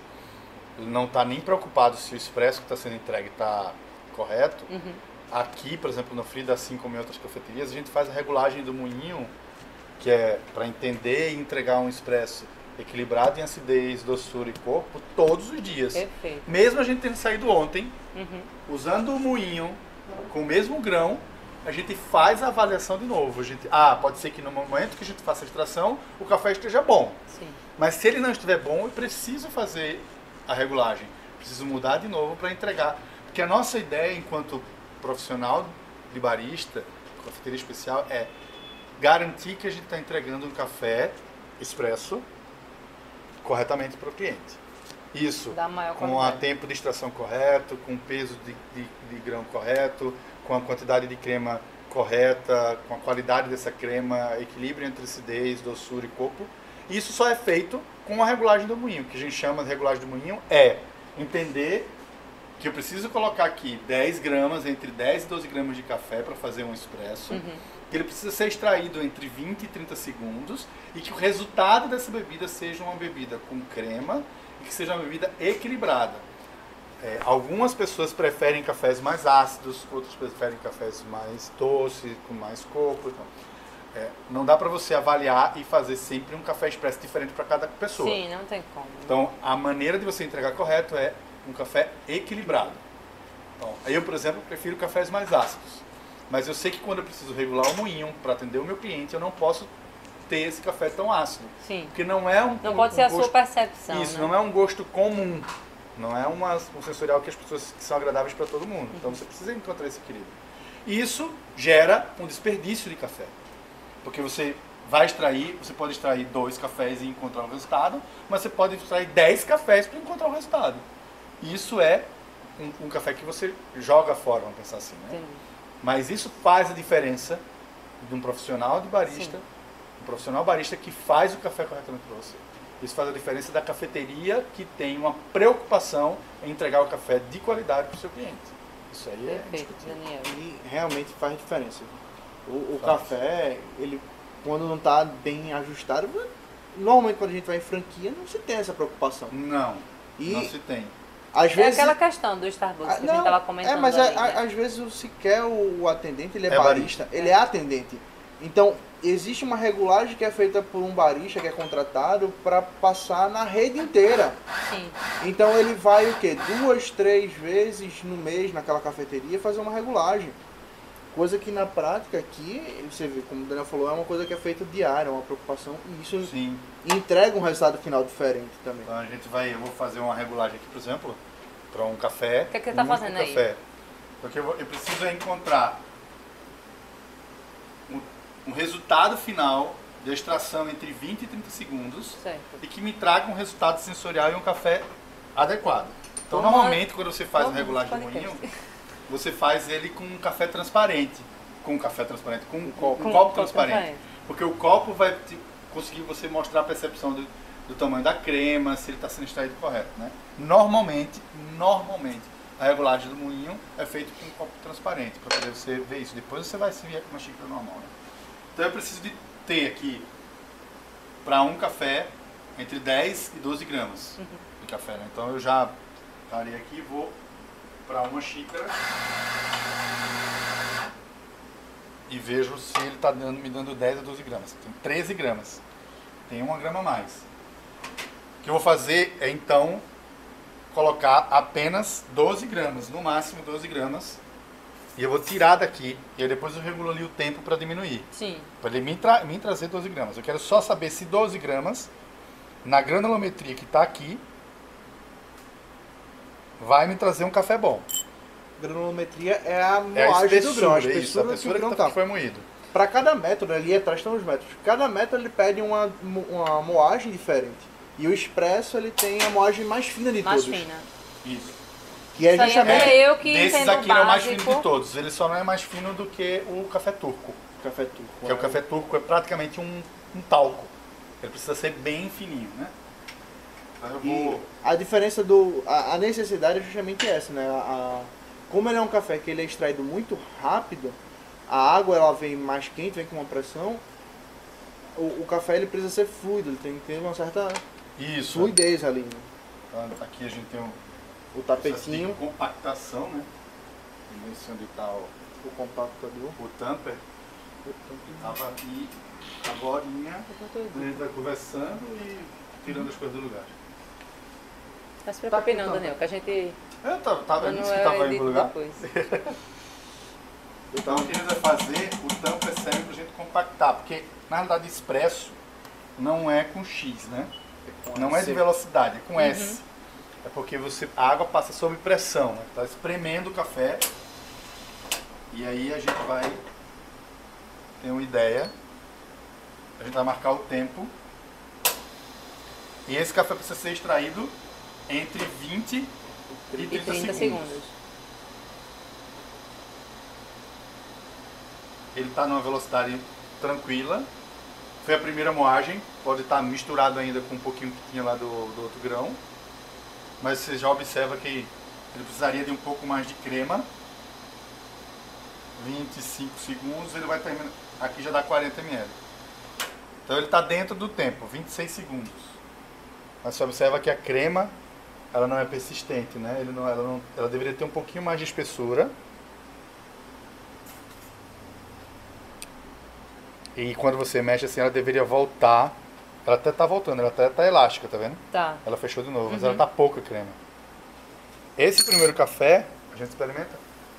não está nem preocupado se o expresso que está sendo entregue está correto, Uhum. aqui, por exemplo, no Frida, assim como em outras cafeterias, a gente faz a regulagem do moinho, que é para entender e entregar um expresso equilibrado em acidez, doçura e corpo todos os dias. Perfeito. Mesmo a gente tendo saído ontem, Uhum. usando o moinho com o mesmo grão, a gente faz a avaliação de novo. A gente, ah, pode ser que no momento que a gente faça a extração, o café esteja bom. Sim. Mas se ele não estiver bom, eu preciso fazer a regulagem. Preciso mudar de novo para entregar. Porque a nossa ideia, enquanto profissional de barista, cafeteria especial, é garantir que a gente está entregando um café expresso corretamente para o cliente. Isso, Dá maior com o qualidade. tempo de extração correto, com o peso de, de, de grão correto, com a quantidade de crema correta, com a qualidade dessa crema, equilíbrio entre acidez, doçura e corpo. Isso só é feito com a regulagem do moinho. O que a gente chama de regulagem do moinho é entender que eu preciso colocar aqui dez gramas, entre dez e doze gramas de café para fazer um expresso, Uhum. que ele precisa ser extraído entre vinte e trinta segundos e que o resultado dessa bebida seja uma bebida com crema e que seja uma bebida equilibrada. É, algumas pessoas preferem cafés mais ácidos, outras preferem cafés mais doces, com mais coco. Então, é, não dá para você avaliar e fazer sempre um café expresso diferente para cada pessoa. Sim, não tem como. Então, a maneira de você entregar correto é um café equilibrado. Então, eu, por exemplo, prefiro cafés mais ácidos. Mas eu sei que quando eu preciso regular o moinho para atender o meu cliente, eu não posso ter esse café tão ácido. Sim. Porque não é um Não um, pode ser um a gosto, sua percepção, Isso, né? não é um gosto comum. Não é uma, um sensorial que as pessoas que são agradáveis para todo mundo. Então, você precisa encontrar esse equilíbrio. E isso gera um desperdício de café. Porque você vai extrair, você pode extrair dois cafés e encontrar um resultado, mas você pode extrair dez cafés para encontrar um resultado. E isso é um, um café que você joga fora, vamos pensar assim, né? Entendi. Mas isso faz a diferença de um profissional de barista, Sim. um profissional barista que faz o café corretamente para você. Isso faz a diferença da cafeteria que tem uma preocupação em entregar o café de qualidade para o seu cliente. Isso aí é Perfeito, indiscutível. Daniel. E realmente faz diferença. O, o Faz. café, ele quando não está bem ajustado, normalmente quando a gente vai em franquia não se tem essa preocupação. Não, E não se tem. às É vezes aquela questão do Starbucks Ah, que a gente estava comentando é, mas ali, a- a- né? às vezes o sequer o, o atendente ele é, É barista, barista. ele é atendente. Então existe uma regulagem que é feita por um barista que é contratado para passar na rede inteira. Sim. Então ele vai o quê? Duas, três vezes no mês naquela cafeteria fazer uma regulagem. Coisa que na prática aqui, você vê, como o Daniel falou, é uma coisa que é feita diária, é uma preocupação, e isso Sim. entrega um resultado final diferente também. Então a gente vai, eu vou fazer uma regulagem aqui, por exemplo, para um café. O que é que você tá um único fazendo aí? café. Porque eu, vou- eu preciso encontrar um, um resultado final de extração entre vinte e trinta segundos Certo. e que me traga um resultado sensorial e um café adequado. Então, Vamos normalmente, quando você faz a Vamos regulagem do podcast. moinho, você faz ele com um café transparente. Com um café transparente, com um copo, Com um copo um copo transparente. transparente. Porque o copo vai te- conseguir você mostrar a percepção do, do tamanho da crema, se ele está sendo extraído correto, né? Normalmente, normalmente, A regulagem do moinho é feita com um copo transparente, para poder você ver isso. Depois você vai servir com uma xícara normal. Né? Então eu preciso de ter aqui, para um café, entre dez e doze gramas uhum. de café. Né? Então eu já parei aqui e vou para uma xícara e vejo se ele está dando, me dando dez a doze gramas. Tem treze gramas. Tem uma grama a mais. O que eu vou fazer é então colocar apenas doze gramas, no máximo doze gramas. E eu vou tirar daqui e aí depois eu regulo ali o tempo para diminuir. Sim. Para ele me, tra me trazer doze gramas. Eu quero só saber se doze gramas, na granulometria que está aqui, vai me trazer um café bom. Granulometria é a moagem é a espessura, do grão, a espessura, espessura, isso, a espessura que, que, tá, que foi moído. Para cada método, ali atrás estão os métodos. Cada método ele pede uma, uma moagem diferente. E o expresso ele tem a moagem mais fina de mais todos. fina. Isso. Que é Isso justamente... é eu que Desses entendo aqui não é o mais básico. fino de todos. Ele só não é mais fino do que o café turco. Café turco. Que é o café turco, é praticamente um, um talco. Ele precisa ser bem fininho, né? Então eu vou... E a diferença do... A, a necessidade é justamente essa, né? A, a, como ele é um café que ele é extraído muito rápido, a água ela vem mais quente, vem com uma pressão, o, o café ele precisa ser fluido, ele tem que ter uma certa Isso. fluidez ali. Né? Então, aqui a gente tem um O tapetinho, de compactação, né? Vamos ver onde está o, o compactador. o tamper. Estava aqui agora, a gente vai conversando e tirando as coisas do lugar. Não se preocupe não, Daniel, que a gente... Eu tava, tava Não disse que é estava indo edito pro lugar. depois. Então o que a gente vai fazer, o tamper serve para a gente compactar, porque na realidade expresso não é com X, né? Com Não é S. de velocidade, é com Uhum. S. É porque você, a água passa sob pressão, né? Tá espremendo o café. E aí a gente vai ter uma ideia. A gente vai marcar o tempo. E esse café precisa ser extraído entre vinte e E trinta, trinta segundos. segundos. Ele está numa velocidade tranquila. Foi a primeira moagem. Pode estar misturado ainda com um pouquinho que tinha lá do, do outro grão. Mas você já observa que ele precisaria de um pouco mais de crema. vinte e cinco segundos, ele vai terminar. Aqui já dá quarenta mililitros. Então ele está dentro do tempo, vinte e seis segundos. Mas você observa que a crema, ela não é persistente, né? Ele não, ela, não, ela deveria ter um pouquinho mais de espessura. E quando você mexe assim, ela deveria voltar. Ela até tá voltando, ela até tá elástica, tá vendo? Tá. Ela fechou de novo, mas Uhum. ela tá pouca crema. Esse primeiro café, a gente experimenta,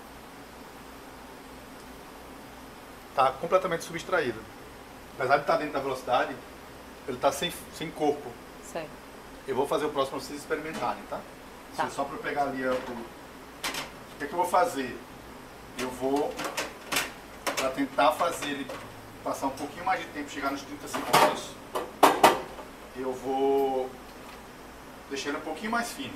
tá completamente subtraído. Apesar de estar dentro da velocidade, ele tá sem, sem corpo. Certo. Eu vou fazer o próximo para vocês experimentarem, tá? Tá. Isso é só para eu pegar ali o... O que, é que eu vou fazer? Eu vou, para tentar fazer ele passar um pouquinho mais de tempo, chegar nos trinta segundos, eu vou deixar ele um pouquinho mais fino.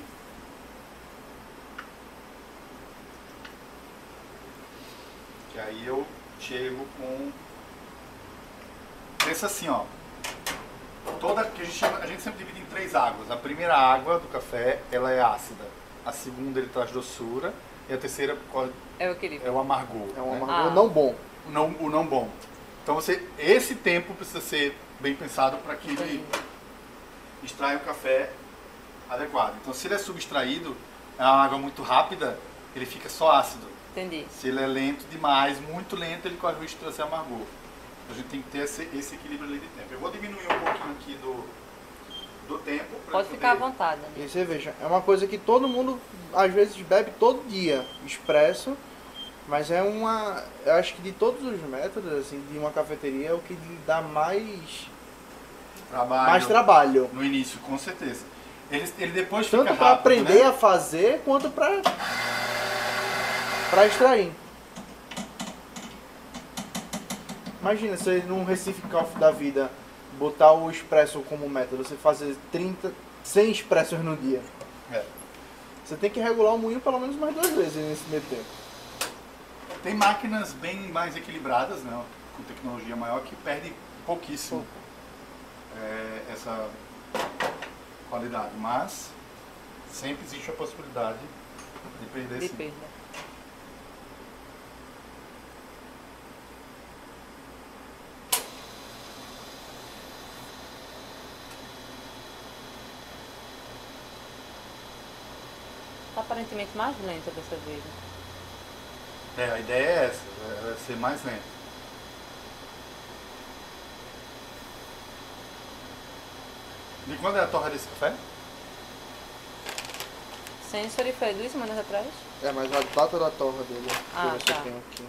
Que aí eu chego com... Pensa assim, ó. Toda, que a, gente chama, a gente sempre divide em três águas. A primeira água do café, ela é ácida. A segunda, ele traz doçura. E a terceira É o equilíbrio. é o amargor. É um né? amargor Ah. não bom. O não, o não bom. Então você, esse tempo precisa ser bem pensado para que ele extraia o café adequado. Então se ele é subtraído, é uma água muito rápida, ele fica só ácido. Entendi. Se ele é lento demais, muito lento, ele corre o risco de trazer amargor. A gente tem que ter esse, esse equilíbrio ali de tempo. Eu vou diminuir um pouquinho aqui do, do tempo. pra Pode poder- ficar à vontade, né? E cerveja é uma coisa que todo mundo às vezes bebe todo dia, expresso, mas é uma, eu acho que de todos os métodos assim de uma cafeteria é o que lhe dá mais Trabalho mais trabalho, no início, com certeza. Ele, ele depois tanto fica para rápido, aprender né? a fazer quanto para para extrair. Imagina você num Recife Coffee da vida botar o expresso como método, você fazer trinta, cem expressos no dia. É. Você tem que regular o moinho pelo menos mais duas vezes nesse meio tempo. Tem máquinas bem mais equilibradas, né, com tecnologia maior, que perdem pouquíssimo é, essa qualidade, mas sempre existe a possibilidade De perder, De sim. perda. Tá aparentemente mais lenta dessa vez. É, a ideia é essa, é ser mais lento. De quando é a torra desse café? Sensory foi duas semanas atrás? É, mas a data da torra dele, Ah, que você tá. tem aqui.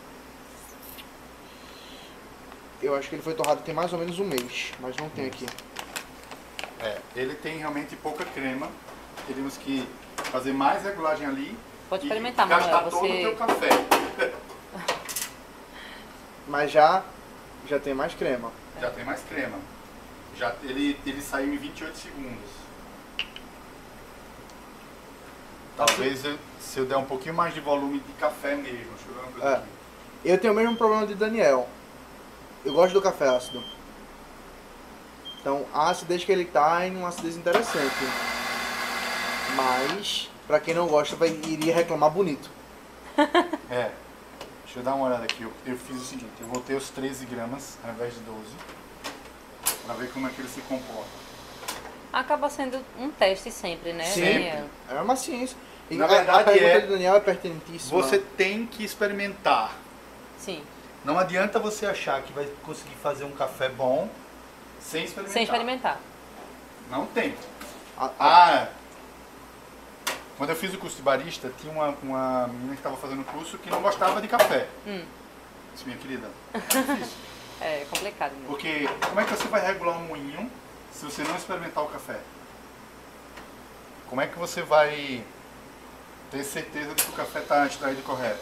Eu acho que ele foi torrado tem mais ou menos um mês, mas não tem aqui. É, ele tem realmente pouca crema. Teríamos que fazer mais regulagem ali. Pode e experimentar, gastar Manuel. todo o Você... teu café. Mas já, já tem mais crema. Já tem mais crema. Já, ele, ele saiu em vinte e oito segundos. Talvez eu- se eu der um pouquinho mais de volume de café mesmo. Deixa eu ver uma coisa É. aqui. Eu tenho o mesmo problema de Daniel. Eu gosto do café ácido. Então a acidez que ele tá é uma acidez interessante. Mas, pra quem não gosta, vai, iria reclamar bonito. É. Deixa eu dar uma olhada aqui. Eu, eu fiz o seguinte, eu botei os treze gramas ao invés de doze. Pra ver como é que ele se comporta. Acaba sendo um teste sempre, né, Sim. Daniel? É uma ciência. E Na a- verdade, a pergunta é- de Daniel é pertinentíssima. Você tem que experimentar. Sim. Não adianta você achar que vai conseguir fazer um café bom sem experimentar. Sem experimentar. Não tem. A- a- Ah, quando eu fiz o curso de barista, tinha uma, uma menina que estava fazendo o curso que não gostava de café. Hum. Disse, minha querida, É complicado mesmo. porque como é que você vai regular um moinho se você não experimentar o café? Como é que você vai ter certeza de que o café está extraído correto?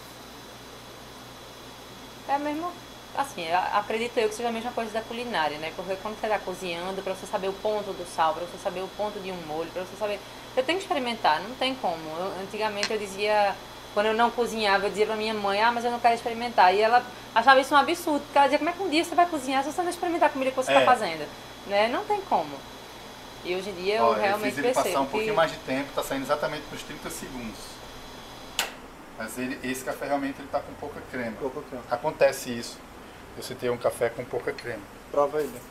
É mesmo, assim, a- acredito eu que seja a mesma coisa da culinária, né? Porque quando você está cozinhando, para você saber o ponto do sal, para você saber o ponto de um molho, para você saber... Você tem que experimentar, não tem como. Eu- antigamente eu dizia, quando eu não cozinhava, eu dizia pra minha mãe, ah, mas eu não quero experimentar. E ela achava isso um absurdo, porque ela dizia, como é que um dia você vai cozinhar se você não experimentar a comida que você está É. fazendo? Né? Não tem como. E hoje em dia eu Ó, eu realmente fiz ele percebo passar um que... pouquinho mais de tempo, está saindo exatamente nos trinta segundos. Mas ele, esse café realmente ele está com pouca crema. Pouco crema. Acontece isso. Você ter um café com pouca crema. Prova ele.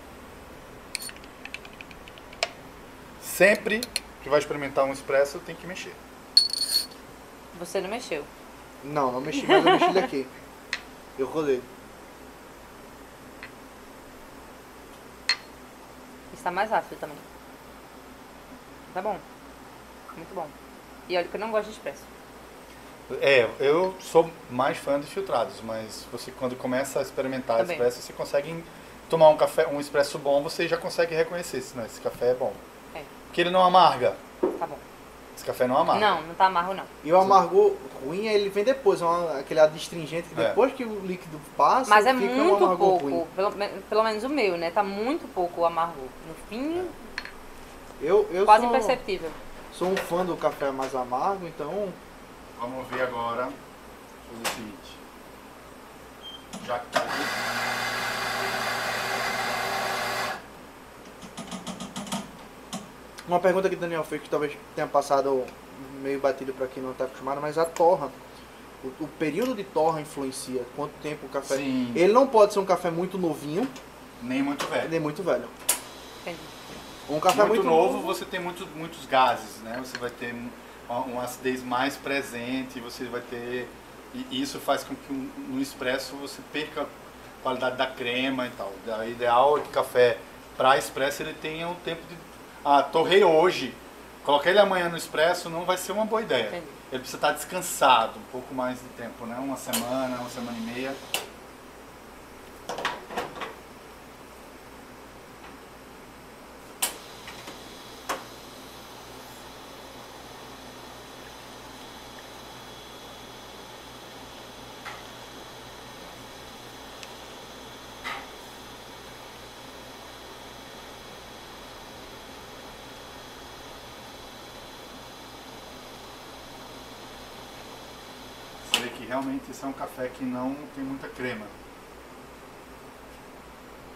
Sempre que vai experimentar um expresso, tem que mexer. Você não mexeu. Não, não mexi, mas eu mexi ele aqui. Eu rodei. Está mais ácido também. Tá bom. Muito bom. E olha que eu não gosto de expresso. É, eu sou mais fã de filtrados, mas você quando começa a experimentar Também. expresso, você consegue tomar um café, um expresso bom, você já consegue reconhecer se não, esse café é bom. É, Porque ele não amarga. tá bom. Esse café não amarga. Não, não tá amargo não. E o amargor ruim, ele vem depois, é uma, aquele adstringente que É. depois que o líquido passa, Mas é fica um muito amargor pouco, ruim. pelo, men- pelo menos o meu, né? Tá muito pouco o amargor. No fim, Eu, eu quase sou, imperceptível. sou um fã do café mais amargo, então Vamos ver agora. Fazer o seguinte. Já que tá aqui. uma pergunta que o Daniel fez que talvez tenha passado meio batido para quem não está acostumado, mas a torra, o, o período de torra influencia quanto tempo o café. Sim. Ele não pode ser um café muito novinho, Nem muito velho. nem muito velho. Entendi. Um café muito, muito, novo, você tem muito, muitos gases, né? Você vai ter uma, uma acidez mais presente, você vai ter... E isso faz com que um- no expresso você perca a qualidade da crema e tal. O ideal é que o café para expresso ele tenha um tempo de... Ah, torrei hoje, coloquei ele amanhã no expresso, não vai ser uma boa ideia. Entendi. Ele precisa estar descansado um pouco mais de tempo, né? Uma semana, uma semana e meia. Você vê que realmente esse é um café que não tem muita crema.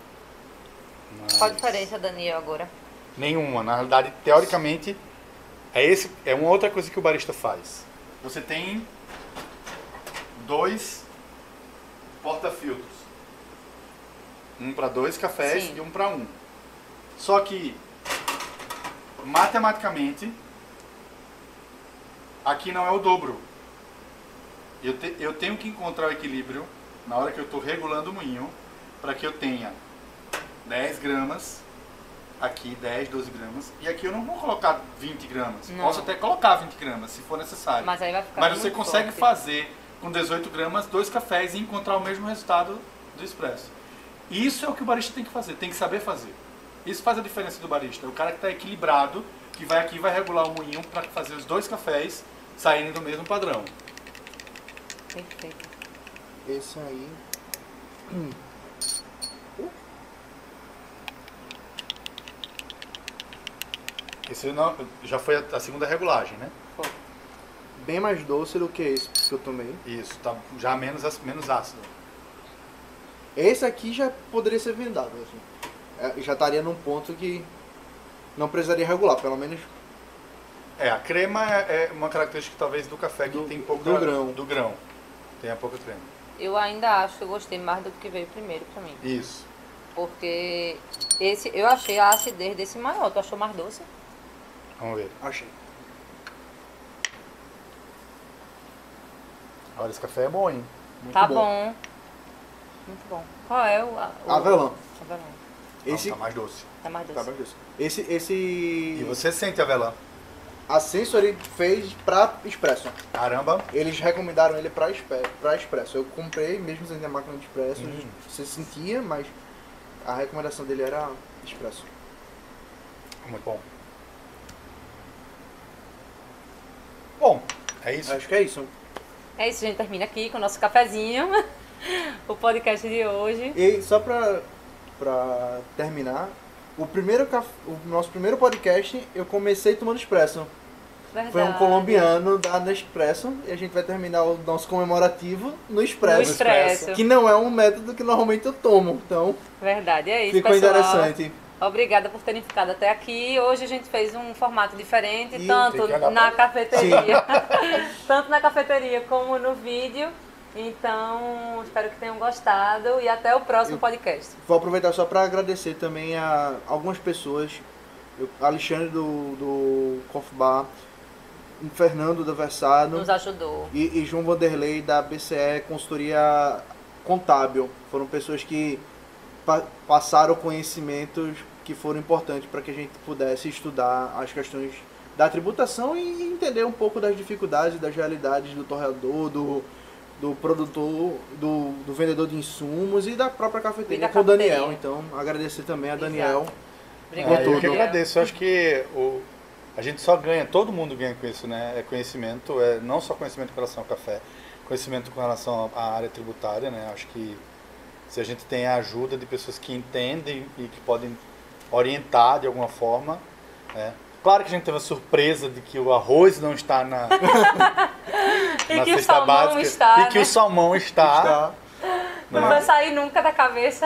Qual a Mas- diferença, Daniel, agora? Nenhuma. Na realidade, teoricamente, É, esse, é uma outra coisa que o barista faz. Você tem dois porta-filtros. Um para dois cafés Sim. e um para um. Só que, matematicamente, aqui não é o dobro. Eu, te, eu tenho que encontrar o equilíbrio na hora que eu estou regulando o moinho para que eu tenha dez gramas, aqui dez, doze gramas, e aqui eu não vou colocar vinte gramas. Não. Posso até colocar vinte gramas, se for necessário. Mas aí vai ficar Mas você muito consegue forte. fazer com dezoito gramas dois cafés e encontrar o mesmo resultado do expresso. Isso é o que o barista tem que fazer, tem que saber fazer. Isso faz a diferença do barista. É o cara que está equilibrado, que vai aqui e vai regular o moinho para fazer os dois cafés saírem do mesmo padrão. Perfeito. Esse aí... Esse não, já foi a, a segunda regulagem, né? Pô, Bem mais doce do que esse que eu tomei. Isso, tá já menos, ac- menos ácido. Esse aqui já poderia ser vendado, assim. É, já estaria num ponto que não precisaria regular, pelo menos É, a crema é, é uma característica talvez do café que Do- tem pouca... do grão. Do grão. Tem a pouca crema. eu ainda acho que eu gostei mais do que veio primeiro pra mim. Isso. Porque esse, eu achei a acidez desse maior. Tu achou mais doce? Vamos ver. achei. Olha, esse café é bom, hein? Muito Tá bom. bom. Muito bom. Qual é o... a- o Avelã. Avelã. Esse... Não, tá mais doce. Tá mais doce. Tá mais doce. Esse... esse... E você sente avelã. A Sensory fez pra Espresso. Caramba. Eles recomendaram ele pra, espe- pra Espresso. Eu comprei, mesmo sem ter máquina de Espresso, Hum. você sentia, mas a recomendação dele era Espresso. Muito bom. Bom, é isso. Acho que é isso. É isso, a gente termina aqui com o nosso cafezinho. O podcast de hoje. E só pra, pra terminar, o, primeiro caf... o nosso primeiro podcast eu comecei tomando Espresso. Verdade. Foi um colombiano da Nespresso e a gente vai terminar o nosso comemorativo no Espresso. No Expresso. Que não é um método que normalmente eu tomo, então Verdade, é isso, ficou pessoal. interessante. Obrigada por terem ficado até aqui. Hoje a gente fez um formato diferente, E tanto tem que olhar na pra- cafeteria, tanto na cafeteria como no vídeo. Então, espero que tenham gostado e até o próximo Eu- podcast. Vou aproveitar só para agradecer também a algumas pessoas, eu, Alexandre do, do Coffee Bar, o Fernando da Versado Nos ajudou. e, e João Vanderlei da B C E Consultoria Contábil. Foram pessoas que pa- passaram conhecimentos que foram importantes para que a gente pudesse estudar as questões da tributação e entender um pouco das dificuldades e das realidades do torreador, do, do produtor, do, do vendedor de insumos e da própria cafeteria E da com o Daniel. cafeteria. Então, agradecer também a Exato. Daniel. Obrigada, É, eu que tudo. Daniel. agradeço. Eu acho que o, a gente só ganha, todo mundo ganha com isso, né? É conhecimento, é não só conhecimento com relação ao café, conhecimento com relação à área tributária, né? Acho que se a gente tem a ajuda de pessoas que entendem e que podem orientar de alguma forma, né? Claro que a gente teve a surpresa de que o arroz não está na, E na que o cesta salmão básica está, e que né? o salmão está. Está. Não né? vai sair nunca da cabeça.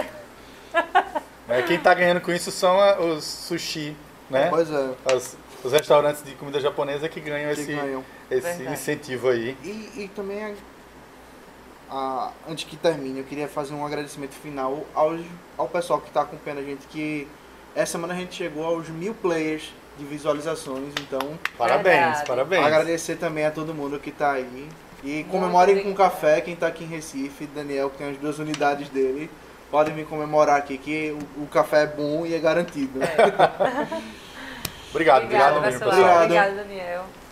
É, quem está ganhando com isso são a- os sushi, né? Pois é. As- os restaurantes de comida japonesa que ganham Que esse, ganham. esse Verdade. incentivo aí. E, e também, a- a- antes que termine, eu queria fazer um agradecimento final aos, ao pessoal que está acompanhando a gente, que essa semana a gente chegou aos mil players de visualizações, então Parabéns, Verdade. parabéns. agradecer também a todo mundo que está aí. E comemorem com obrigada. café, quem está aqui em Recife, Daniel, que tem as duas unidades dele, podem me comemorar aqui, que o, o café é bom e é garantido. Obrigado, obrigado, Obrigada, mesmo, pessoal. pessoal. Obrigado. Obrigada, Daniel.